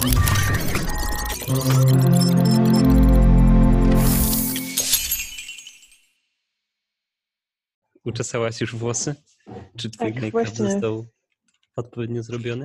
Uczesałaś już włosy? Czy twój Tak, make-up właśnie. został odpowiednio zrobiony?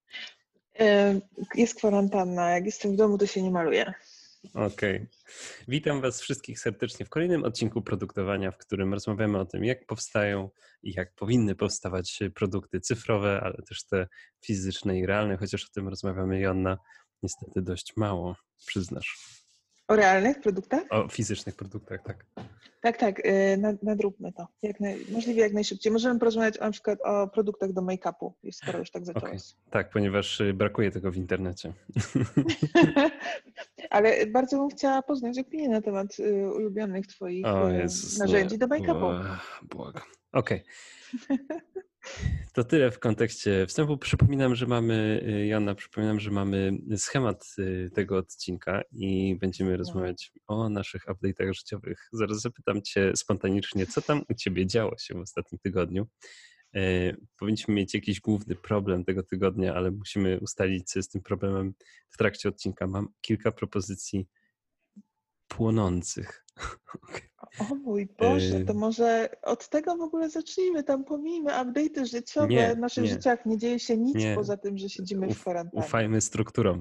Jest kwarantanna. Jak jestem w domu, to się nie maluję. Okej. Witam Was wszystkich serdecznie w kolejnym odcinku Produktowania, w którym rozmawiamy o tym, jak powstają i jak powinny powstawać produkty cyfrowe, ale też te fizyczne i realne, chociaż o tym rozmawiamy, Joanna, niestety dość mało, przyznasz. O realnych produktach? O fizycznych produktach, tak. Tak. Nadróbmy to. Możliwie jak najszybciej. Możemy porozmawiać na przykład o produktach do make-upu, skoro już tak zaczęłaś. Tak, ponieważ brakuje tego w internecie. Ale bardzo bym chciała poznać opinię na temat ulubionych twoich narzędzi do make-upu. Błagam. Okej. To tyle w kontekście wstępu. Przypominam, że mamy schemat tego odcinka i będziemy rozmawiać o naszych update'ach życiowych. Zaraz zapytam cię spontanicznie, co tam u ciebie działo się w ostatnim tygodniu. Powinniśmy mieć jakiś główny problem tego tygodnia, ale musimy ustalić, co jest tym problemem w trakcie odcinka. Mam kilka propozycji płonących. Okay. O mój Boże, to może od tego w ogóle zacznijmy, tam pomijmy update'y życiowe. W naszych życiach nie dzieje się nic poza tym, że siedzimy w kwarantannie. Ufajmy strukturom.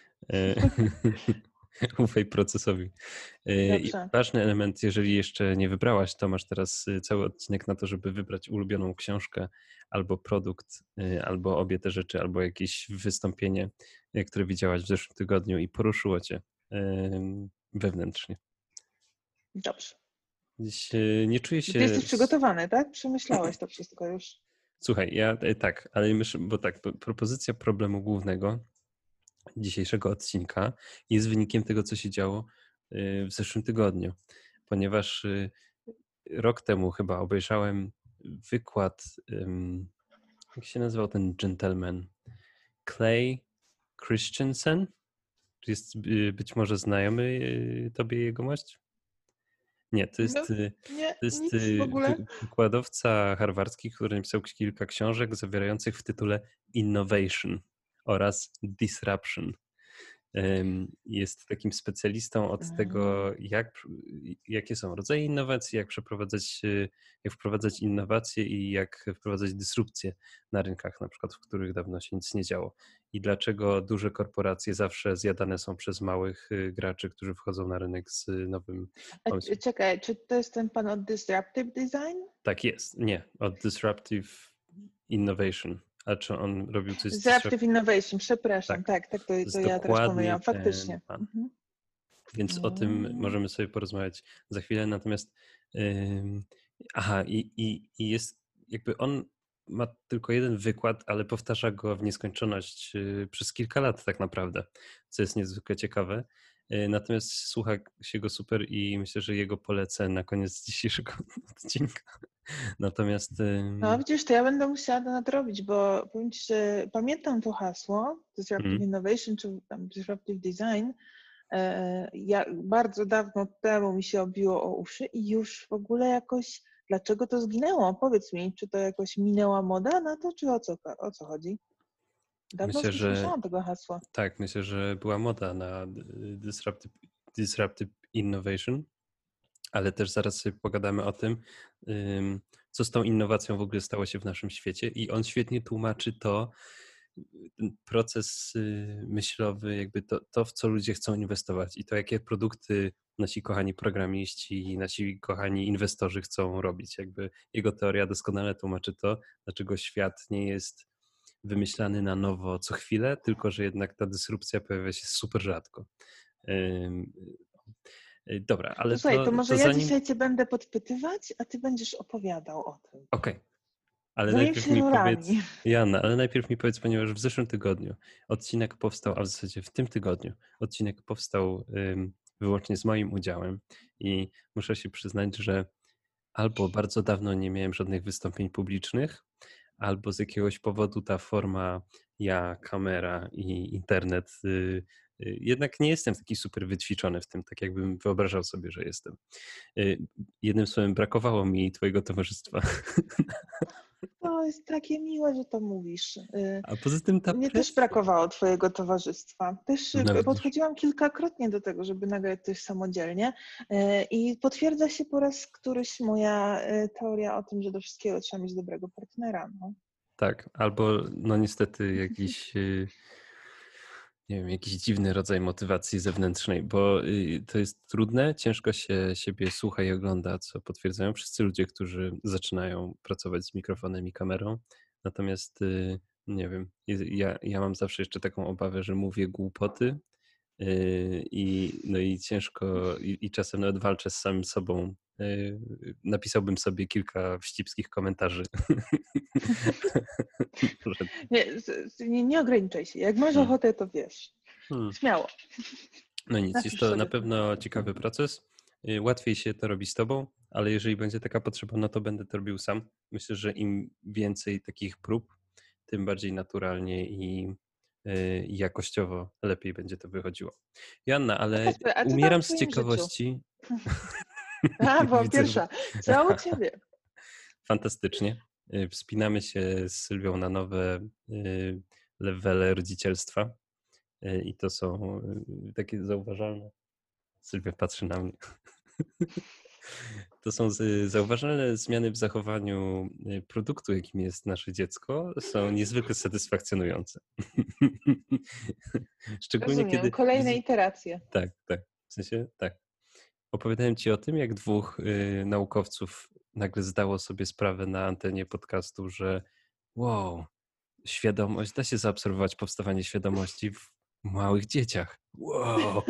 Ufaj procesowi. Ważny element, jeżeli jeszcze nie wybrałaś, to masz teraz cały odcinek na to, żeby wybrać ulubioną książkę albo produkt, albo obie te rzeczy, albo jakieś wystąpienie, które widziałaś w zeszłym tygodniu i poruszyło cię wewnętrznie. Dobrze. Dziś nie czuję się... Ty jesteś przygotowany, tak? Przemyślałeś to wszystko już. Słuchaj, ale myślę, bo propozycja problemu głównego dzisiejszego odcinka jest wynikiem tego, co się działo w zeszłym tygodniu, ponieważ rok temu chyba obejrzałem wykład, jak się nazywał ten gentleman? Clay Christensen? Jest być może znajomy tobie jegomość? Nie, to jest wykładowca harwardzki, który napisał kilka książek zawierających w tytule Innovation oraz Disruption. Jest takim specjalistą od tego, jakie są rodzaje innowacji, jak wprowadzać innowacje i jak wprowadzać dysrupcję na rynkach, na przykład w których dawno się nic nie działo. I dlaczego duże korporacje zawsze zjadane są przez małych graczy, którzy wchodzą na rynek z nowym pomysłem. Czekaj, czy to jest ten pan od Disruptive Design? Tak jest, nie, od Disruptive Innovation. A czy on robił coś z Disruptive Innovation, przepraszam, tak, to ja teraz pomyliłam, faktycznie. Więc o tym możemy sobie porozmawiać za chwilę, natomiast jest jakby on ma tylko jeden wykład, ale powtarza go w nieskończoność przez kilka lat tak naprawdę, co jest niezwykle ciekawe. Natomiast słucha się go super i myślę, że jego polecę na koniec dzisiejszego odcinka. Natomiast... No widzisz, to ja będę musiała to nadrobić, bo powiem ci, że pamiętam to hasło Disruptive Innovation czy tam Disruptive Design. Ja bardzo dawno temu mi się obiło o uszy i już w ogóle jakoś, dlaczego to zginęło? Powiedz mi, czy to jakoś minęła moda na to, czy o co chodzi? Dawno nie słyszałam tego hasła. Tak, myślę, że była moda na Disruptive Innovation, ale też zaraz sobie pogadamy o tym, co z tą innowacją w ogóle stało się w naszym świecie i on świetnie tłumaczy ten proces myślowy, jakby to, w co ludzie chcą inwestować i to, jakie produkty nasi kochani programiści i nasi kochani inwestorzy chcą robić. Jakby jego teoria doskonale tłumaczy to, dlaczego świat nie jest wymyślany na nowo co chwilę, tylko że jednak ta dysrupcja pojawia się super rzadko. Dobra, ale słuchaj, to może ja dzisiaj cię będę podpytywać, a ty będziesz opowiadał o tym. Okej. Ale najpierw mi powiedz, Joanna, ponieważ w zeszłym tygodniu odcinek powstał, a w zasadzie w tym tygodniu odcinek powstał wyłącznie z moim udziałem i muszę się przyznać, że albo bardzo dawno nie miałem żadnych wystąpień publicznych, albo z jakiegoś powodu ta forma kamera i internet, jednak nie jestem taki super wyćwiczony w tym, tak jakbym wyobrażał sobie, że jestem. Jednym słowem, brakowało mi twojego towarzystwa To jest takie miłe, że to mówisz. A poza tym ta Mnie też presja. brakowało twojego towarzystwa. Też No widzisz. podchodziłam kilkakrotnie do tego, żeby nagrać coś samodzielnie i potwierdza się po raz któryś moja teoria o tym, że do wszystkiego trzeba mieć dobrego partnera. No. Tak, albo no niestety jakiś, nie wiem, jakiś dziwny rodzaj motywacji zewnętrznej, bo to jest trudne, ciężko się siebie słucha i ogląda, co potwierdzają wszyscy ludzie, którzy zaczynają pracować z mikrofonem i kamerą. Natomiast nie wiem, ja mam zawsze jeszcze taką obawę, że mówię głupoty no i ciężko i czasem nawet walczę z samym sobą. Napisałbym sobie kilka wścibskich komentarzy. Nie ograniczaj się. Jak masz Hmm. ochotę, to wiesz. Śmiało. No nic, jest Napisz to na sobie. pewno ciekawy proces. Łatwiej się to robi z tobą, ale jeżeli będzie taka potrzeba, no to będę to robił sam. Myślę, że im więcej takich prób, tym bardziej naturalnie i jakościowo lepiej będzie to wychodziło. Joanna, ale A co tam umieram w z twoim życiu? ciekawości. Bo Widzę, pierwsza. Co u ciebie? fantastycznie. Wspinamy się z Sylwią na nowe levele rodzicielstwa i to są takie zauważalne. Sylwia patrzy na mnie. To są zauważalne zmiany w zachowaniu produktu, jakim jest nasze dziecko, są niezwykle satysfakcjonujące. Szczególnie Rozumiem. kiedy... Kolejne iteracje. Tak, tak. W sensie tak. Opowiadałem ci o tym, jak dwóch naukowców nagle zdało sobie sprawę na antenie podcastu, że wow, świadomość, da się zaobserwować powstawanie świadomości w małych dzieciach. Wow.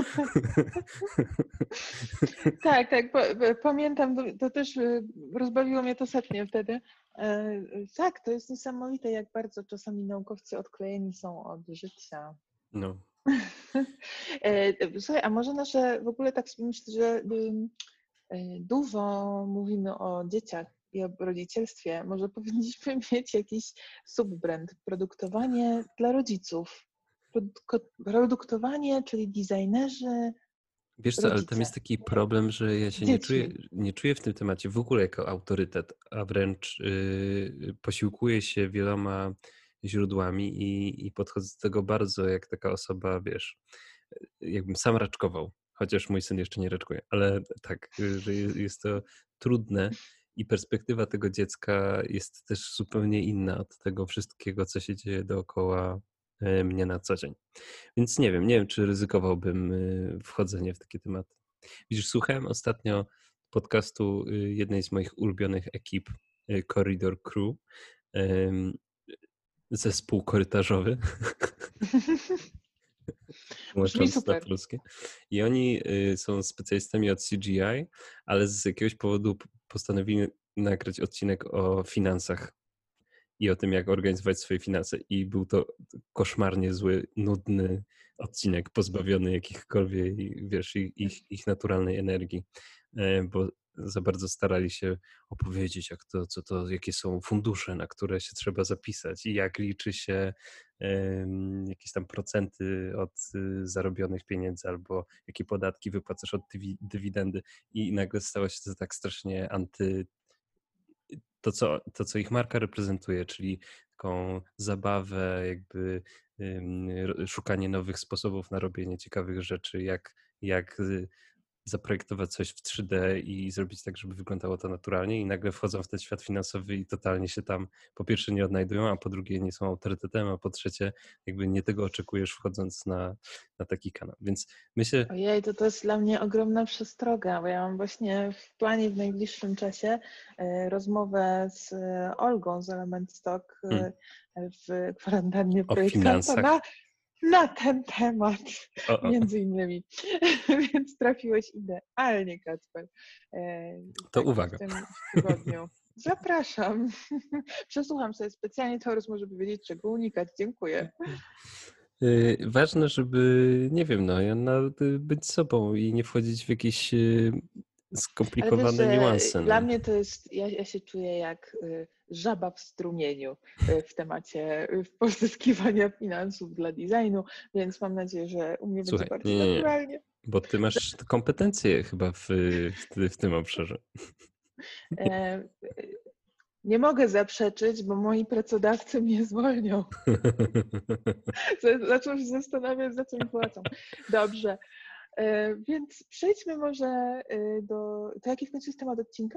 Tak, pamiętam, to też rozbawiło mnie to setnie wtedy. Tak, to jest niesamowite, jak bardzo czasami naukowcy odklejeni są od życia. No. Słuchaj, a może w ogóle tak sobie myślę, że dużo mówimy o dzieciach i o rodzicielstwie. Może powinniśmy mieć jakiś subbrand, produktowanie dla rodziców. Produktowanie, czyli designerzy, Wiesz co, ale tam rodzice. jest taki problem, że ja się Dzieci. nie czuję w tym temacie w ogóle jako autorytet, a wręcz posiłkuję się wieloma źródłami i podchodzę do tego bardzo jak taka osoba, wiesz, jakbym sam raczkował, chociaż mój syn jeszcze nie raczkuje, ale tak, że jest to trudne i perspektywa tego dziecka jest też zupełnie inna od tego wszystkiego, co się dzieje dookoła mnie na co dzień. Więc nie wiem, czy ryzykowałbym wchodzenie w takie tematy. Widzisz, słuchałem ostatnio podcastu jednej z moich ulubionych ekip, Corridor Crew, zespół korytarzowy, łącząc na super. polskie. I oni są specjalistami od CGI, ale z jakiegoś powodu postanowili nagrać odcinek o finansach i o tym, jak organizować swoje finanse. I był to koszmarnie zły, nudny odcinek, pozbawiony jakichkolwiek, wiesz, ich naturalnej energii, bo za bardzo starali się opowiedzieć, jakie są fundusze, na które się trzeba zapisać i jak liczy się jakieś tam procenty od zarobionych pieniędzy albo jakie podatki wypłacasz od dywidendy i nagle stało się to tak strasznie co ich marka reprezentuje, czyli taką zabawę, jakby szukanie nowych sposobów na robienie ciekawych rzeczy, jak zaprojektować coś w 3D i zrobić tak, żeby wyglądało to naturalnie i nagle wchodzą w ten świat finansowy i totalnie się tam po pierwsze nie odnajdują, a po drugie nie są autorytetem, a po trzecie jakby nie tego oczekujesz wchodząc na taki kanał. Więc myślę... Ojej, to jest dla mnie ogromna przestroga, bo ja mam właśnie w planie w najbliższym czasie rozmowę z Olgą z Element Stock w kwarantannie O projektanta finansach. na ten temat, między innymi. Więc trafiłeś idealnie, Kacper. To tak, uwaga. W tym tygodniu. Zapraszam. Przesłucham sobie specjalnie tę rozmowę, żeby wiedzieć, czego unikać. Dziękuję. Ważne, żeby, nie wiem, być sobą i nie wchodzić w jakieś Ale wiesz, skomplikowane że niuanse. dla No. mnie to jest, ja się czuję jak żaba w strumieniu w temacie pozyskiwania finansów dla designu, więc mam nadzieję, że u mnie Słuchaj, będzie bardziej nie, naturalnie. bo ty masz kompetencje chyba w tym obszarze. E, Nie mogę zaprzeczyć, bo moi pracodawcy mnie zwolnią. Zaczął się zastanawiać, za co mi płacą. Dobrze, więc przejdźmy może to jaki w końcu jest temat odcinka?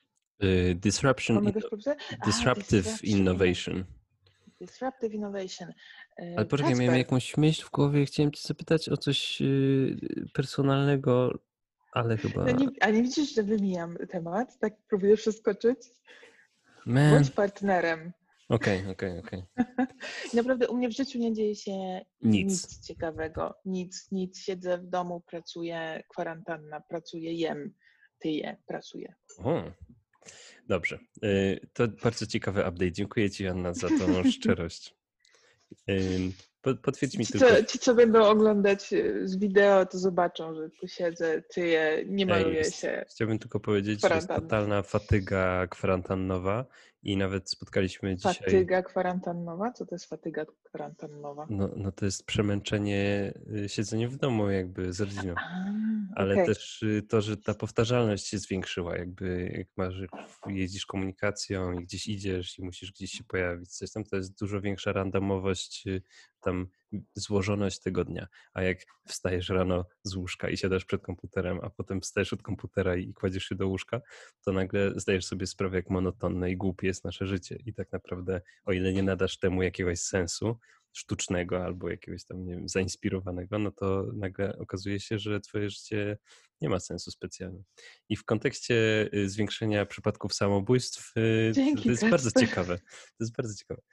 Disruptive Innovation. Disruptive Innovation. Ale poczekaj, miałem jakąś myśl w głowie, chciałem cię zapytać o coś personalnego, ale chyba... A nie widzisz, że wymijam temat? Tak próbuję przeskoczyć? Man. Bądź partnerem. Okej. Naprawdę u mnie w życiu nie dzieje się Nic nic ciekawego. Nic. Siedzę w domu, pracuję, kwarantanna, pracuję, jem, tyję, pracuję. O, dobrze. To bardzo ciekawy update. Dziękuję ci, Anna, za tą szczerość. Potwierdź mi tylko... Ci, co będą oglądać z wideo, to zobaczą, że tu siedzę, tyję, nie maluję się. Chciałbym tylko powiedzieć, że jest totalna fatyga kwarantannowa i nawet spotkaliśmy dzisiaj... Fatyga kwarantannowa? Co to jest fatyga kwarantannowa? No to jest przemęczenie siedzenia w domu jakby z rodziną. Ale też to, że ta powtarzalność się zwiększyła, jakby jak jeździsz komunikacją i gdzieś idziesz i musisz gdzieś się pojawić, coś tam, to jest dużo większa randomowość, tam złożoność tego dnia. A jak wstajesz rano z łóżka i siadasz przed komputerem, a potem wstajesz od komputera i kładziesz się do łóżka, to nagle zdajesz sobie sprawę, jak monotonne i głupie jest nasze życie. I tak naprawdę, o ile nie nadasz temu jakiegoś sensu sztucznego albo jakiegoś tam, nie wiem, zainspirowanego, no to nagle okazuje się, że twoje życie nie ma sensu specjalnie. I w kontekście zwiększenia przypadków samobójstw to jest bardzo ciekawe. To jest bardzo ciekawe.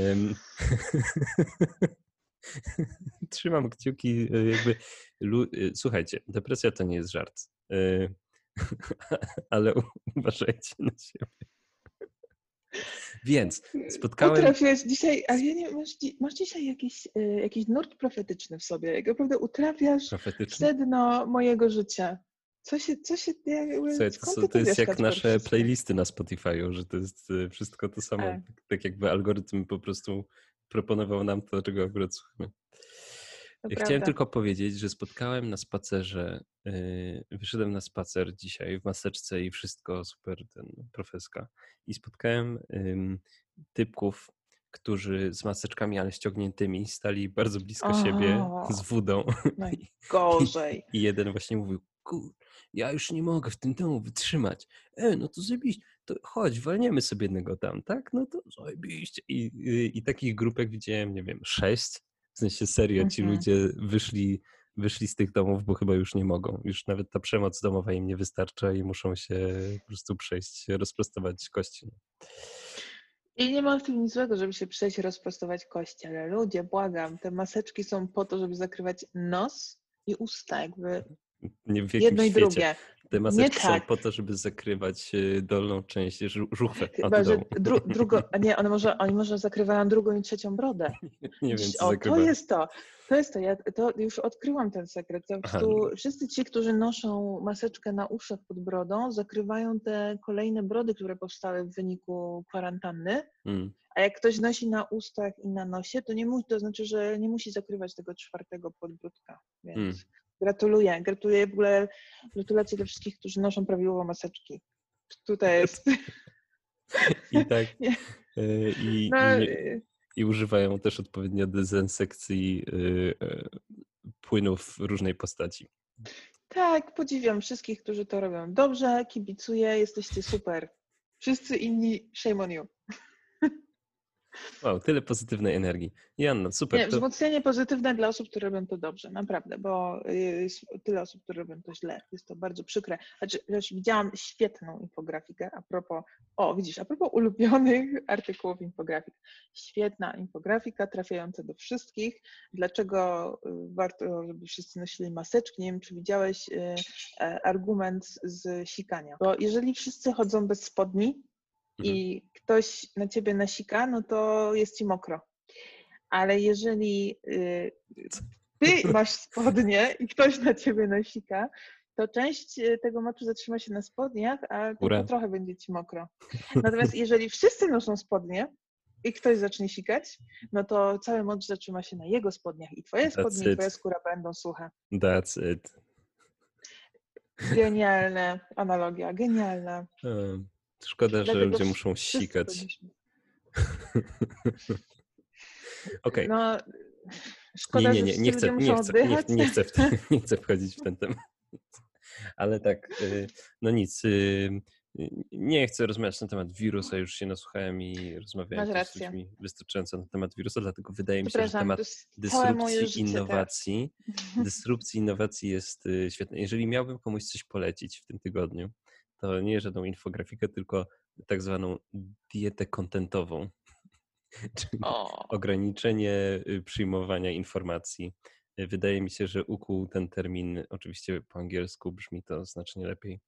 Trzymam kciuki, jakby... Słuchajcie, depresja to nie jest żart, ale uważajcie na siebie. Więc spotkałem... Utrafiasz dzisiaj, ale ja nie, masz dzisiaj jakiś nurt profetyczny w sobie. Jak naprawdę utrafiasz sedno mojego życia. Co się to jest jak nasze playlisty na Spotify'u, że to jest wszystko to samo. Tak jakby algorytm po prostu proponował nam to, czego akurat słuchamy. Chciałem tylko powiedzieć, że spotkałem na spacerze, wyszedłem na spacer dzisiaj w maseczce i wszystko super, profeska. I spotkałem typków, którzy z maseczkami, ale ściągniętymi, stali bardzo blisko siebie z wódą. Najgorzej. I jeden właśnie mówił, ja już nie mogę w tym domu wytrzymać. No to zajebiście, to chodź, walniemy sobie jednego tam, tak? No to zajebiście. I takich grupek widziałem, nie wiem, 6. W sensie serio, ci ludzie wyszli z tych domów, bo chyba już nie mogą. Już nawet ta przemoc domowa im nie wystarcza i muszą się po prostu przejść, rozprostować kości. I nie ma w tym nic złego, żeby się przejść, rozprostować kości, ale ludzie, błagam, te maseczki są po to, żeby zakrywać nos i usta, jakby nie w jedno i drugie. Te maseczki są po to, żeby zakrywać dolną część, żuchwę od dołu. Oni może zakrywają drugą i trzecią brodę. Nie wiem, co zakrywają. To jest to. Ja to już odkryłam ten sekret. Po prostu wszyscy ci, którzy noszą maseczkę na uszach pod brodą, zakrywają te kolejne brody, które powstały w wyniku kwarantanny. A jak ktoś nosi na ustach i na nosie, to znaczy, że nie musi zakrywać tego 4. podbródka. Więc gratuluję w ogóle. Gratulacje dla wszystkich, którzy noszą prawidłowo maseczki. Tutaj jest... I tak. I używają też odpowiednio dezynsekcji płynów różnej postaci. Tak, podziwiam wszystkich, którzy to robią dobrze, kibicuję, jesteście super. Wszyscy inni, shame on you. Wow, tyle pozytywnej energii. Joanna, super. Nie, wzmocnienie pozytywne dla osób, które robią to dobrze, naprawdę, bo jest tyle osób, które robią to źle. Jest to bardzo przykre. Znaczy, widziałam świetną infografikę a propos ulubionych artykułów infografik. Świetna infografika trafiająca do wszystkich. Dlaczego warto, żeby wszyscy nosili maseczki? Nie wiem, czy widziałeś argument z sikania. Bo jeżeli wszyscy chodzą bez spodni, i ktoś na ciebie nasika, no to jest ci mokro. Ale jeżeli ty masz spodnie i ktoś na ciebie nasika, to część tego moczu zatrzyma się na spodniach, a tylko trochę będzie ci mokro. Natomiast jeżeli wszyscy noszą spodnie i ktoś zacznie sikać, no to cały mocz zatrzyma się na jego spodniach i twoje spodnie i twoja skóra będą suche. That's it. Genialna analogia, genialna. Szkoda, że Dlatego ludzie muszą wszyscy sikać. powinniśmy. Okej. No, szkoda, że wszyscy ludzie muszą oddychać. Nie chcę wchodzić w ten temat. Ale tak, no nic. Nie chcę rozmawiać na temat wirusa, już się nasłuchałem i rozmawiałem Masz też z rację. ludźmi wystarczająco na temat wirusa, dlatego wydaje mi się, że Przepraszam, to temat jest całe moje dysrupcji życie teraz. innowacji jest świetny. Jeżeli miałbym komuś coś polecić w tym tygodniu, to nie żadną infografikę, tylko tak zwaną dietę kontentową, czyli O, ograniczenie przyjmowania informacji. Wydaje mi się, że ukuł ten termin, oczywiście po angielsku brzmi to znacznie lepiej,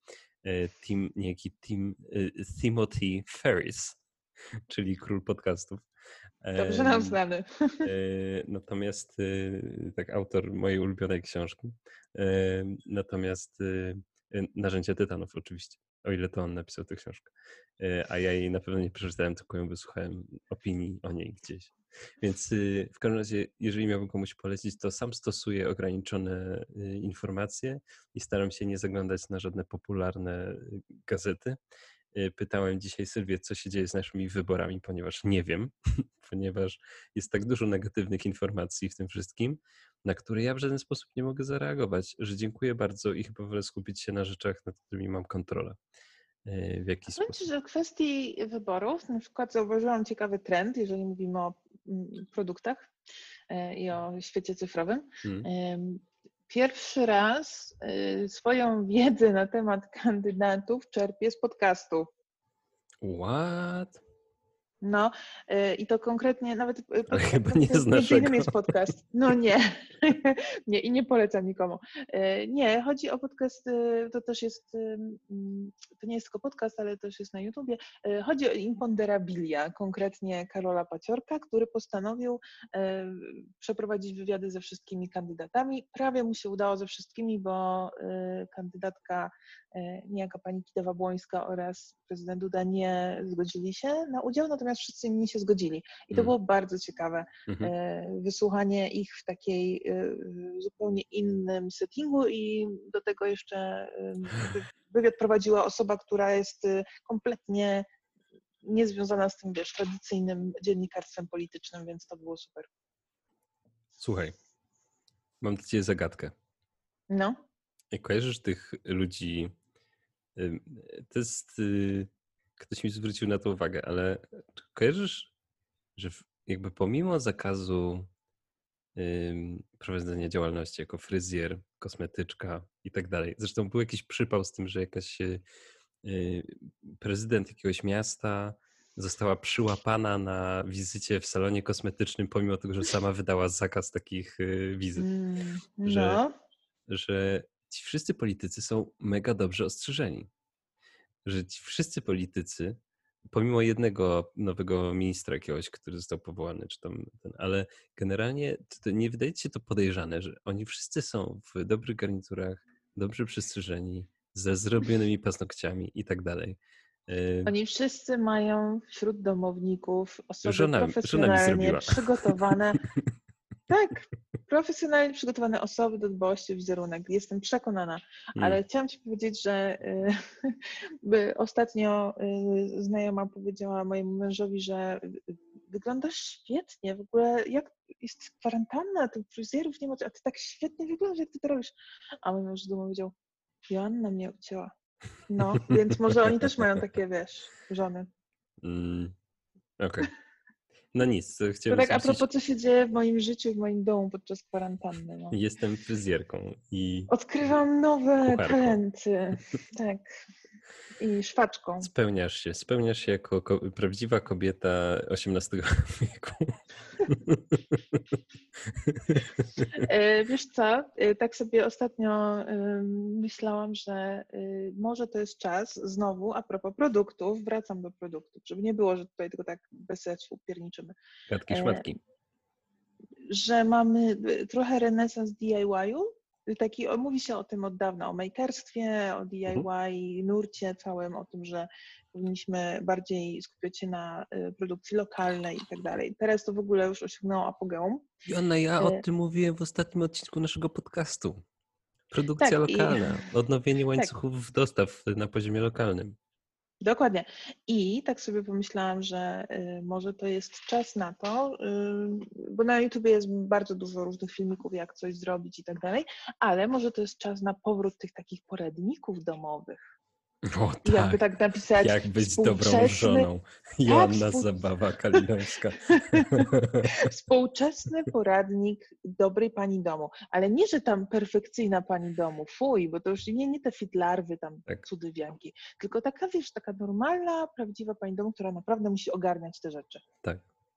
Timothy Ferris, czyli król podcastów. dobrze nam znany. Natomiast tak autor mojej ulubionej książki. Natomiast Narzędzia Tytanów oczywiście, o ile to on napisał tę książkę. A ja jej na pewno nie przeczytałem, tylko ją wysłuchałem opinii o niej gdzieś. Więc w każdym razie, jeżeli miałbym komuś polecić, to sam stosuję ograniczone informacje i staram się nie zaglądać na żadne popularne gazety. Pytałem dzisiaj Sylwię, co się dzieje z naszymi wyborami, ponieważ nie wiem, ponieważ jest tak dużo negatywnych informacji w tym wszystkim, na które ja w żaden sposób nie mogę zareagować, że dziękuję bardzo i chyba wolę skupić się na rzeczach, nad którymi mam kontrolę. W jaki Powiem Ci, sposób? że w kwestii wyborów na przykład zauważyłam ciekawy trend, jeżeli mówimy o produktach i o świecie cyfrowym. Pierwszy raz swoją wiedzę na temat kandydatów czerpię z podcastów. What? No i to konkretnie nawet Ale chyba nie z między innymi naszego. jest podcast. No nie. Nie, i nie polecam nikomu. Nie, chodzi o podcast, to też jest, to nie jest tylko podcast, ale też jest na YouTubie. Chodzi o Imponderabilia, konkretnie Karola Paciorka, który postanowił przeprowadzić wywiady ze wszystkimi kandydatami. Prawie mu się udało ze wszystkimi, bo kandydatka niejaka pani Kidawa-Błońska oraz prezydent Duda nie zgodzili się na udział, natomiast wszyscy inni się zgodzili. I to było bardzo ciekawe. Wysłuchanie ich w takiej zupełnie innym settingu i do tego jeszcze wywiad prowadziła osoba, która jest kompletnie niezwiązana z tym, wiesz, tradycyjnym dziennikarstwem politycznym, więc to było super. Słuchaj, mam dla ciebie zagadkę. No. Kojarzysz tych ludzi, to jest, ktoś mi zwrócił na to uwagę, ale kojarzysz, że jakby pomimo zakazu prowadzenia działalności jako fryzjer, kosmetyczka i tak dalej, zresztą był jakiś przypał z tym, że jakaś prezydent jakiegoś miasta została przyłapana na wizycie w salonie kosmetycznym, pomimo tego, że sama wydała zakaz takich wizyt. No. Że ci wszyscy politycy są mega dobrze ostrzeżeni. Że ci wszyscy politycy, pomimo jednego nowego ministra jakiegoś, który został powołany, czy tam ale generalnie to nie wydaje ci się to podejrzane, że oni wszyscy są w dobrych garniturach, dobrze przystrzyżeni, ze zrobionymi paznokciami i tak dalej. Oni wszyscy mają wśród domowników osoby Żonami profesjonalnie zrobiła. przygotowane. Tak, profesjonalnie przygotowane osoby do dbałości o wizerunek. Jestem przekonana. Ale chciałam Ci powiedzieć, że ostatnio znajoma powiedziała mojemu mężowi, że wyglądasz świetnie. W ogóle jak jest kwarantanna, to fryzjerów nie ma, a Ty tak świetnie wyglądasz, jak Ty to robisz. A mój mąż z dumą powiedział, Joanna mnie obcięła. No, więc może oni też mają takie, wiesz, żony. Okej. No nic, chciałem To tak a propos, co się dzieje w moim życiu, w moim domu podczas kwarantanny. No. Jestem fryzjerką i odkrywam nowe kucharką. talenty. Tak. I szwaczką. Spełniasz się jako prawdziwa kobieta XVIII wieku. Wiesz co, tak sobie ostatnio myślałam, że może to jest czas znowu, a propos produktów, wracam do produktów, żeby nie było, że tutaj tylko tak bez sensu pierniczymy. Gadki szmatki. Że mamy trochę renesans DIY-u. Mówi się o tym od dawna, o makerstwie, o DIY, nurcie całym, o tym, że powinniśmy bardziej skupiać się na produkcji lokalnej i tak dalej. Teraz to w ogóle już osiągnęło apogeum. Joanna, ja o tym mówiłem w ostatnim odcinku naszego podcastu. Produkcja lokalna, odnowienie łańcuchów dostaw na poziomie lokalnym. Dokładnie. I tak sobie pomyślałam, że może to jest czas na to, bo na YouTubie jest bardzo dużo różnych filmików, jak coś zrobić i tak dalej, ale może to jest czas na powrót tych takich poradników domowych. O I jakby tak, tak napisać jak być dobrą współczesny, żoną. tak, Joanna Zabawa Kalinowska. współczesny poradnik dobrej pani domu. Ale nie, że tam perfekcyjna pani domu, fuj, bo to już nie te fitlarwy tam, Tak, cudywianki, tylko taka, wiesz, taka normalna, prawdziwa pani domu, która naprawdę musi ogarniać te rzeczy. tak.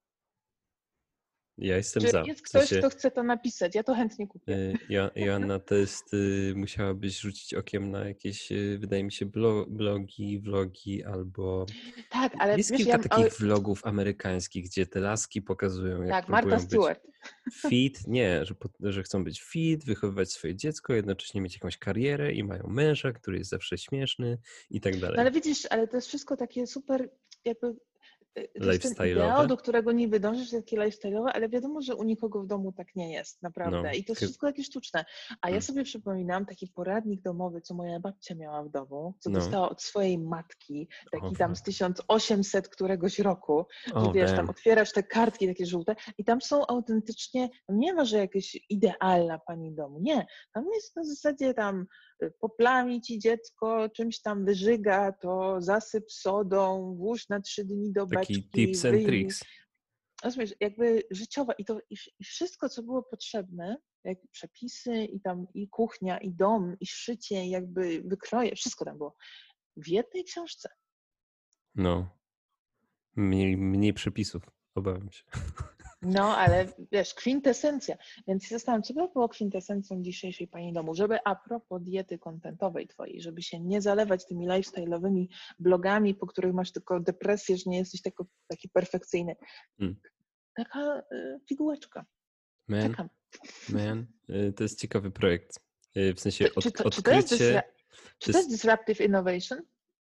Ja jestem Czy za. jest W ktoś, sensie, kto chce to napisać? Ja to chętnie kupię. Joanna, to jest, musiałabyś rzucić okiem na jakieś, wydaje mi się, blogi, vlogi albo Tak, ale jest wiesz, kilka takich vlogów amerykańskich, gdzie te laski pokazują, jak tak, Martha próbują być Stewart. fit, nie, że chcą być fit, wychowywać swoje dziecko, jednocześnie mieć jakąś karierę i mają męża, który jest zawsze śmieszny i tak No dalej. ale widzisz, ale to jest wszystko takie super, jakby to jest ten ideał, Lifestyle'owe? do którego niby dążysz, takie lifestyle'owe, ale wiadomo, że u nikogo w domu tak nie jest, No, naprawdę. I to jest wszystko takie sztuczne. A ja mm, sobie przypominam taki poradnik domowy, co moja babcia miała w domu, co no, dostała od swojej matki, oh taki tam z fuck, 1800 któregoś roku, że oh wiesz, tam damn, otwierasz te kartki takie żółte i tam są autentycznie, nie ma, że jakaś idealna pani domu, nie. Tam jest na zasadzie tam poplami ci dziecko, czymś tam wyżyga, to zasyp sodą, włóż na 3 dni do taki beczki, tips and wyjmij. tricks, Rozumiesz, jakby życiowa i wszystko, co było potrzebne, jak przepisy i tam i kuchnia, i dom, i szycie, i jakby wykroje, wszystko tam było w jednej książce. no, mniej przepisów, obawiam się. No, ale wiesz, kwintesencja. Więc się zastanawiam, co by było kwintesencją dzisiejszej pani domu, żeby a propos diety kontentowej twojej, żeby się nie zalewać tymi lifestyle'owymi blogami, po których masz tylko depresję, że nie jesteś taki perfekcyjny. Mm. Taka pigułeczka. Man, Czekam. to jest ciekawy projekt. W sensie Czy to jest odkrycie, czy to to jest jest, disruptive innovation?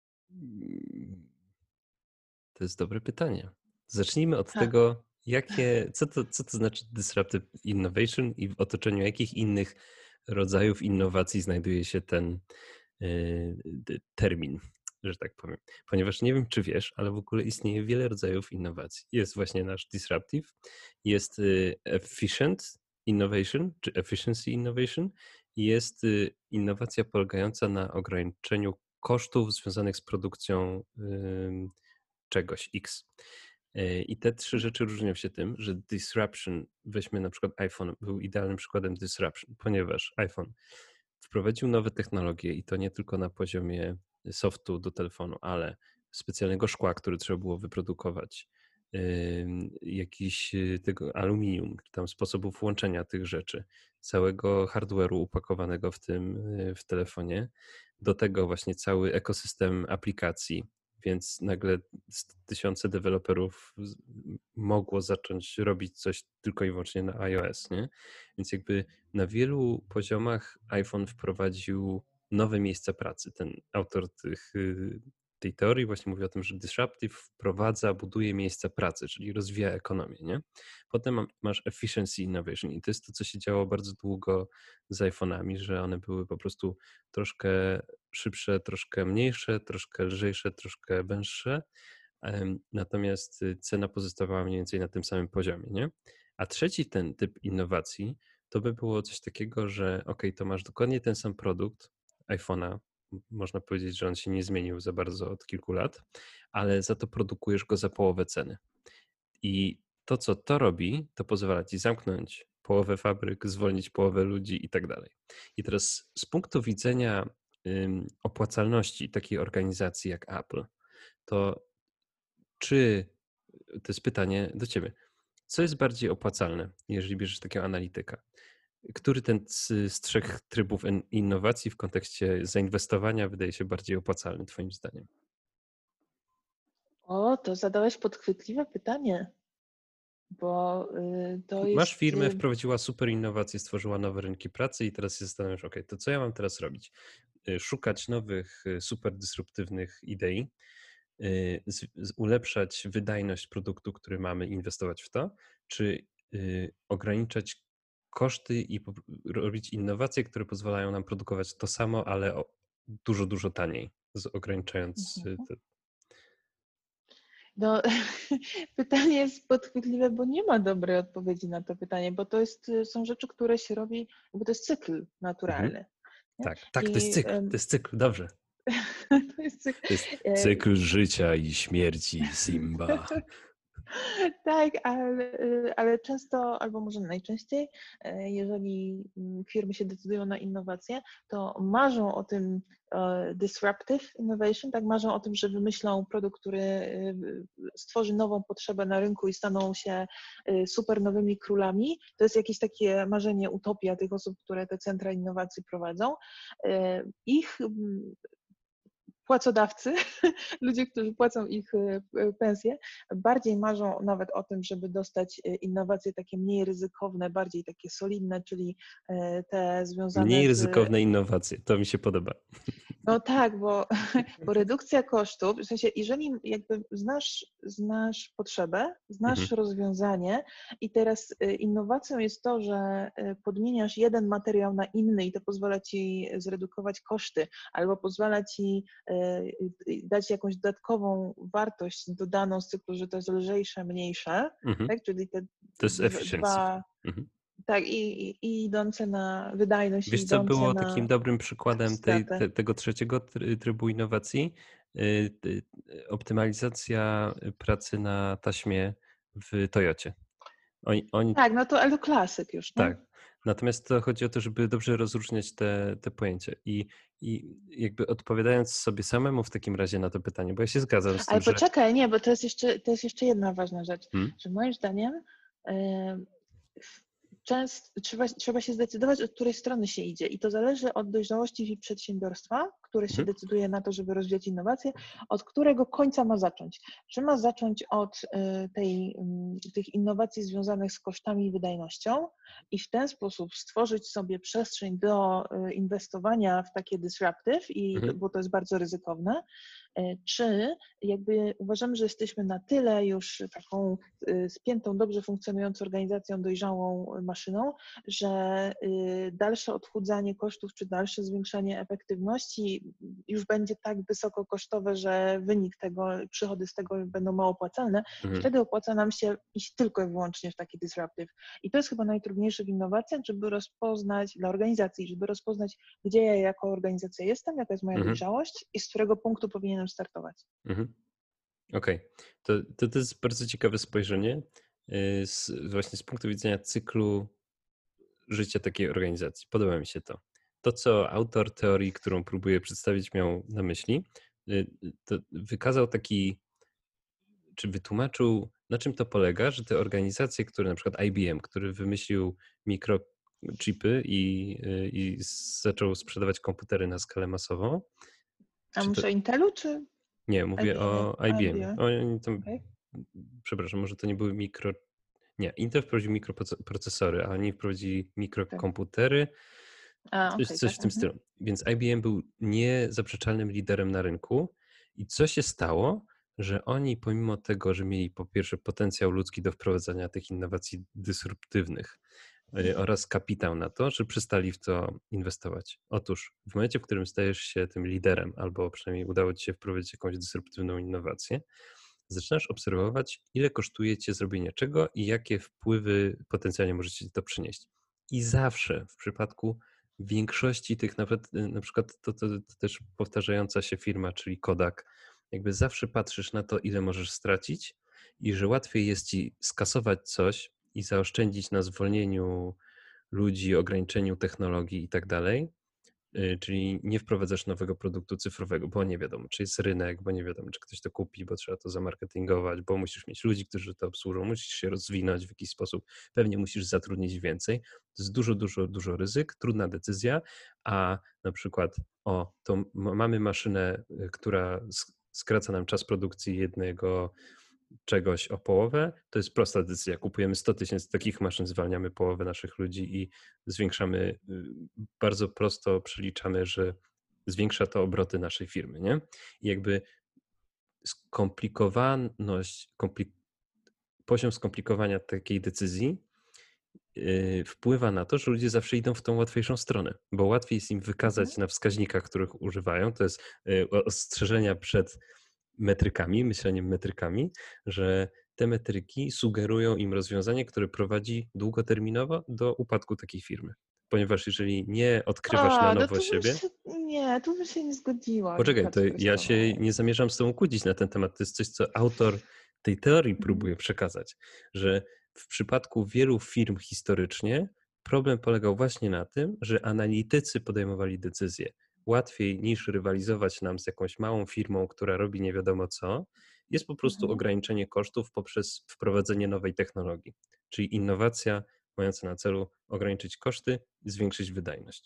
to jest dobre pytanie. Zacznijmy od Ha. tego, co to znaczy disruptive innovation i w otoczeniu jakich innych rodzajów innowacji znajduje się ten termin, że tak powiem. Ponieważ nie wiem, czy wiesz, ale w ogóle istnieje wiele rodzajów innowacji. Jest właśnie nasz disruptive, jest efficient innovation, czy efficiency innovation, i jest innowacja polegająca na ograniczeniu kosztów związanych z produkcją czegoś X. I te trzy rzeczy różnią się tym, że disruption, weźmy na przykład iPhone, był idealnym przykładem disruption, ponieważ iPhone wprowadził nowe technologie i to nie tylko na poziomie softu do telefonu, ale specjalnego szkła, które trzeba było wyprodukować, jakiś tego aluminium, czy tam sposobów łączenia tych rzeczy, całego hardware'u upakowanego w telefonie, do tego właśnie cały ekosystem aplikacji, więc nagle tysiące deweloperów mogło zacząć robić coś tylko i wyłącznie na iOS, nie? Więc jakby na wielu poziomach iPhone wprowadził nowe miejsca pracy. Ten autor tej teorii właśnie mówi o tym, że disruptive wprowadza, buduje miejsca pracy, czyli rozwija ekonomię, nie? Potem masz efficiency innovation i to jest to, co się działo bardzo długo z iPhone'ami, że one były po prostu troszkę szybsze, troszkę mniejsze, troszkę lżejsze, troszkę węższe, natomiast cena pozostawała mniej więcej na tym samym poziomie, nie? A trzeci ten typ innowacji to by było coś takiego, że ok, to masz dokładnie ten sam produkt iPhone'a, można powiedzieć, że on się nie zmienił za bardzo od kilku lat, ale za to produkujesz go za połowę ceny. I to, co to robi, to pozwala ci zamknąć połowę fabryk, zwolnić połowę ludzi i tak dalej. I teraz z punktu widzenia opłacalności takiej organizacji jak Apple, to to jest pytanie do ciebie, co jest bardziej opłacalne, jeżeli bierzesz takiego analityka? Który z trzech trybów innowacji w kontekście zainwestowania wydaje się bardziej opłacalny, twoim zdaniem? O, to zadałeś podchwytliwe pytanie, bo to Masz jest... firmę, wprowadziła super innowacje, stworzyła nowe rynki pracy i teraz się zastanawiasz, ok, to co ja mam teraz robić? Szukać nowych, super dysruptywnych idei, ulepszać wydajność produktu, który mamy, inwestować w to, czy ograniczać koszty i robić innowacje, które pozwalają nam produkować to samo, ale dużo, dużo taniej, ograniczając Mhm. No, pytanie jest podchwytliwe, bo nie ma dobrej odpowiedzi na to pytanie, bo są rzeczy, które się robi, bo to jest cykl Mhm. naturalny. Nie? Tak, I to jest cykl, dobrze. to jest cykl. To jest cykl życia i śmierci Simba. Tak, ale często, albo może najczęściej, jeżeli firmy się decydują na innowacje, to marzą o tym disruptive innovation, tak, marzą o tym, że wymyślą produkt, który stworzy nową potrzebę na rynku i staną się super nowymi królami. To jest jakieś takie marzenie, utopia tych osób, które te centra innowacji prowadzą. Ich pracodawcy, ludzie, którzy płacą ich pensje, bardziej marzą nawet o tym, żeby dostać innowacje takie mniej ryzykowne, bardziej takie solidne, czyli te związane Mniej z... ryzykowne innowacje, to mi się podoba. No tak, bo redukcja kosztów, w sensie jeżeli jakby znasz potrzebę, znasz Mhm. rozwiązanie i teraz innowacją jest to, że podmieniasz jeden materiał na inny i to pozwala ci zredukować koszty albo pozwala ci dać jakąś dodatkową wartość dodaną z cyklu, że to jest lżejsze, mniejsze, Mhm. tak? Czyli te To jest efficiency. dwa, Mhm. tak, i idące na wydajność, i Wiesz, co idące było takim na dobrym przykładem stratę. tego trzeciego trybu innowacji? Optymalizacja pracy na taśmie w Toyocie. Oni Tak, no to ale to klasyk już, nie? tak. Natomiast to chodzi o to, żeby dobrze rozróżniać te pojęcia. I jakby odpowiadając sobie samemu w takim razie na to pytanie, bo ja się zgadzam z tym, Ale że poczekaj, nie, bo to jest jeszcze jedna ważna rzecz, hmm? że moim zdaniem często trzeba się zdecydować, od której strony się idzie i to zależy od dojrzałości przedsiębiorstwa, które się Mhm. decyduje na to, żeby rozwijać innowacje, od którego końca ma zacząć. Czy ma zacząć od tych innowacji związanych z kosztami i wydajnością i w ten sposób stworzyć sobie przestrzeń do inwestowania w takie disruptive, Mhm. bo to jest bardzo ryzykowne, czy jakby uważamy, że jesteśmy na tyle już taką spiętą, dobrze funkcjonującą organizacją, dojrzałą maszyną, że dalsze odchudzanie kosztów czy dalsze zwiększanie efektywności już będzie tak wysoko kosztowe, że wynik tego, przychody z tego będą mało opłacalne i Mhm. wtedy opłaca nam się iść tylko i wyłącznie w taki disruptive. I to jest chyba najtrudniejsze w innowacjach, żeby rozpoznać, dla organizacji, żeby rozpoznać, gdzie ja jako organizacja jestem, jaka jest moja Mhm. dojrzałość i z którego punktu powinienem startować. Mhm. Okej. To jest bardzo ciekawe spojrzenie właśnie z punktu widzenia cyklu życia takiej organizacji. Podoba mi się to. To, co autor teorii, którą próbuję przedstawić, miał na myśli, to wykazał czy wytłumaczył, na czym to polega, że te organizacje, które na przykład IBM, który wymyślił mikrochipy i zaczął sprzedawać komputery na skalę masową, A czy to, muszę Intelu czy nie, mówię IBM? o IBM. IBM, Oni tam, okej. przepraszam, może to nie były nie, Intel wprowadził mikroprocesory, a oni wprowadzili Tak. mikrokomputery, A, okej, coś tak. w tym stylu. Więc IBM był niezaprzeczalnym liderem na rynku i co się stało, że oni pomimo tego, że mieli po pierwsze potencjał ludzki do wprowadzania tych innowacji dysruptywnych oraz kapitał na to, że przestali w to inwestować. Otóż w momencie, w którym stajesz się tym liderem, albo przynajmniej udało ci się wprowadzić jakąś dysruptywną innowację, zaczynasz obserwować, ile kosztuje cię zrobienie czego i jakie wpływy potencjalnie może ci to przynieść. I zawsze w przypadku większości tych, nawet na przykład to też powtarzająca się firma, czyli Kodak, jakby zawsze patrzysz na to, ile możesz stracić i że łatwiej jest ci skasować coś i zaoszczędzić na zwolnieniu ludzi, ograniczeniu technologii i tak dalej, czyli nie wprowadzasz nowego produktu cyfrowego, bo nie wiadomo, czy jest rynek, bo nie wiadomo, czy ktoś to kupi, bo trzeba to zamarketingować, bo musisz mieć ludzi, którzy to obsłużą, musisz się rozwinąć w jakiś sposób, pewnie musisz zatrudnić więcej. To jest dużo ryzyk, trudna decyzja, a na przykład mamy maszynę, która skraca nam czas produkcji jednego czegoś o połowę, to jest prosta decyzja. Kupujemy 100 000 takich maszyn, zwalniamy połowę naszych ludzi i zwiększamy, bardzo prosto przeliczamy, że zwiększa to obroty naszej firmy, nie? I jakby poziom skomplikowania takiej decyzji wpływa na to, że ludzie zawsze idą w tą łatwiejszą stronę, bo łatwiej jest im Mhm. wykazać na wskaźnikach, których używają, to jest ostrzeżenia przed myśleniem metrykami, że te metryki sugerują im rozwiązanie, które prowadzi długoterminowo do upadku takiej firmy. Ponieważ jeżeli nie odkrywasz na No nowo tu bym siebie, się, nie, tu bym się nie zgodziła, że poczekaj, to Kacper z ja się tobą. nie zamierzam z tobą kłócić na ten temat. To jest coś, co autor tej teorii Mhm. próbuje przekazać, że w przypadku wielu firm historycznie problem polegał właśnie na tym, że analitycy podejmowali decyzje. Łatwiej niż rywalizować nam z jakąś małą firmą, która robi nie wiadomo co, jest po prostu Mhm. ograniczenie kosztów poprzez wprowadzenie nowej technologii, czyli innowacja mająca na celu ograniczyć koszty i zwiększyć wydajność.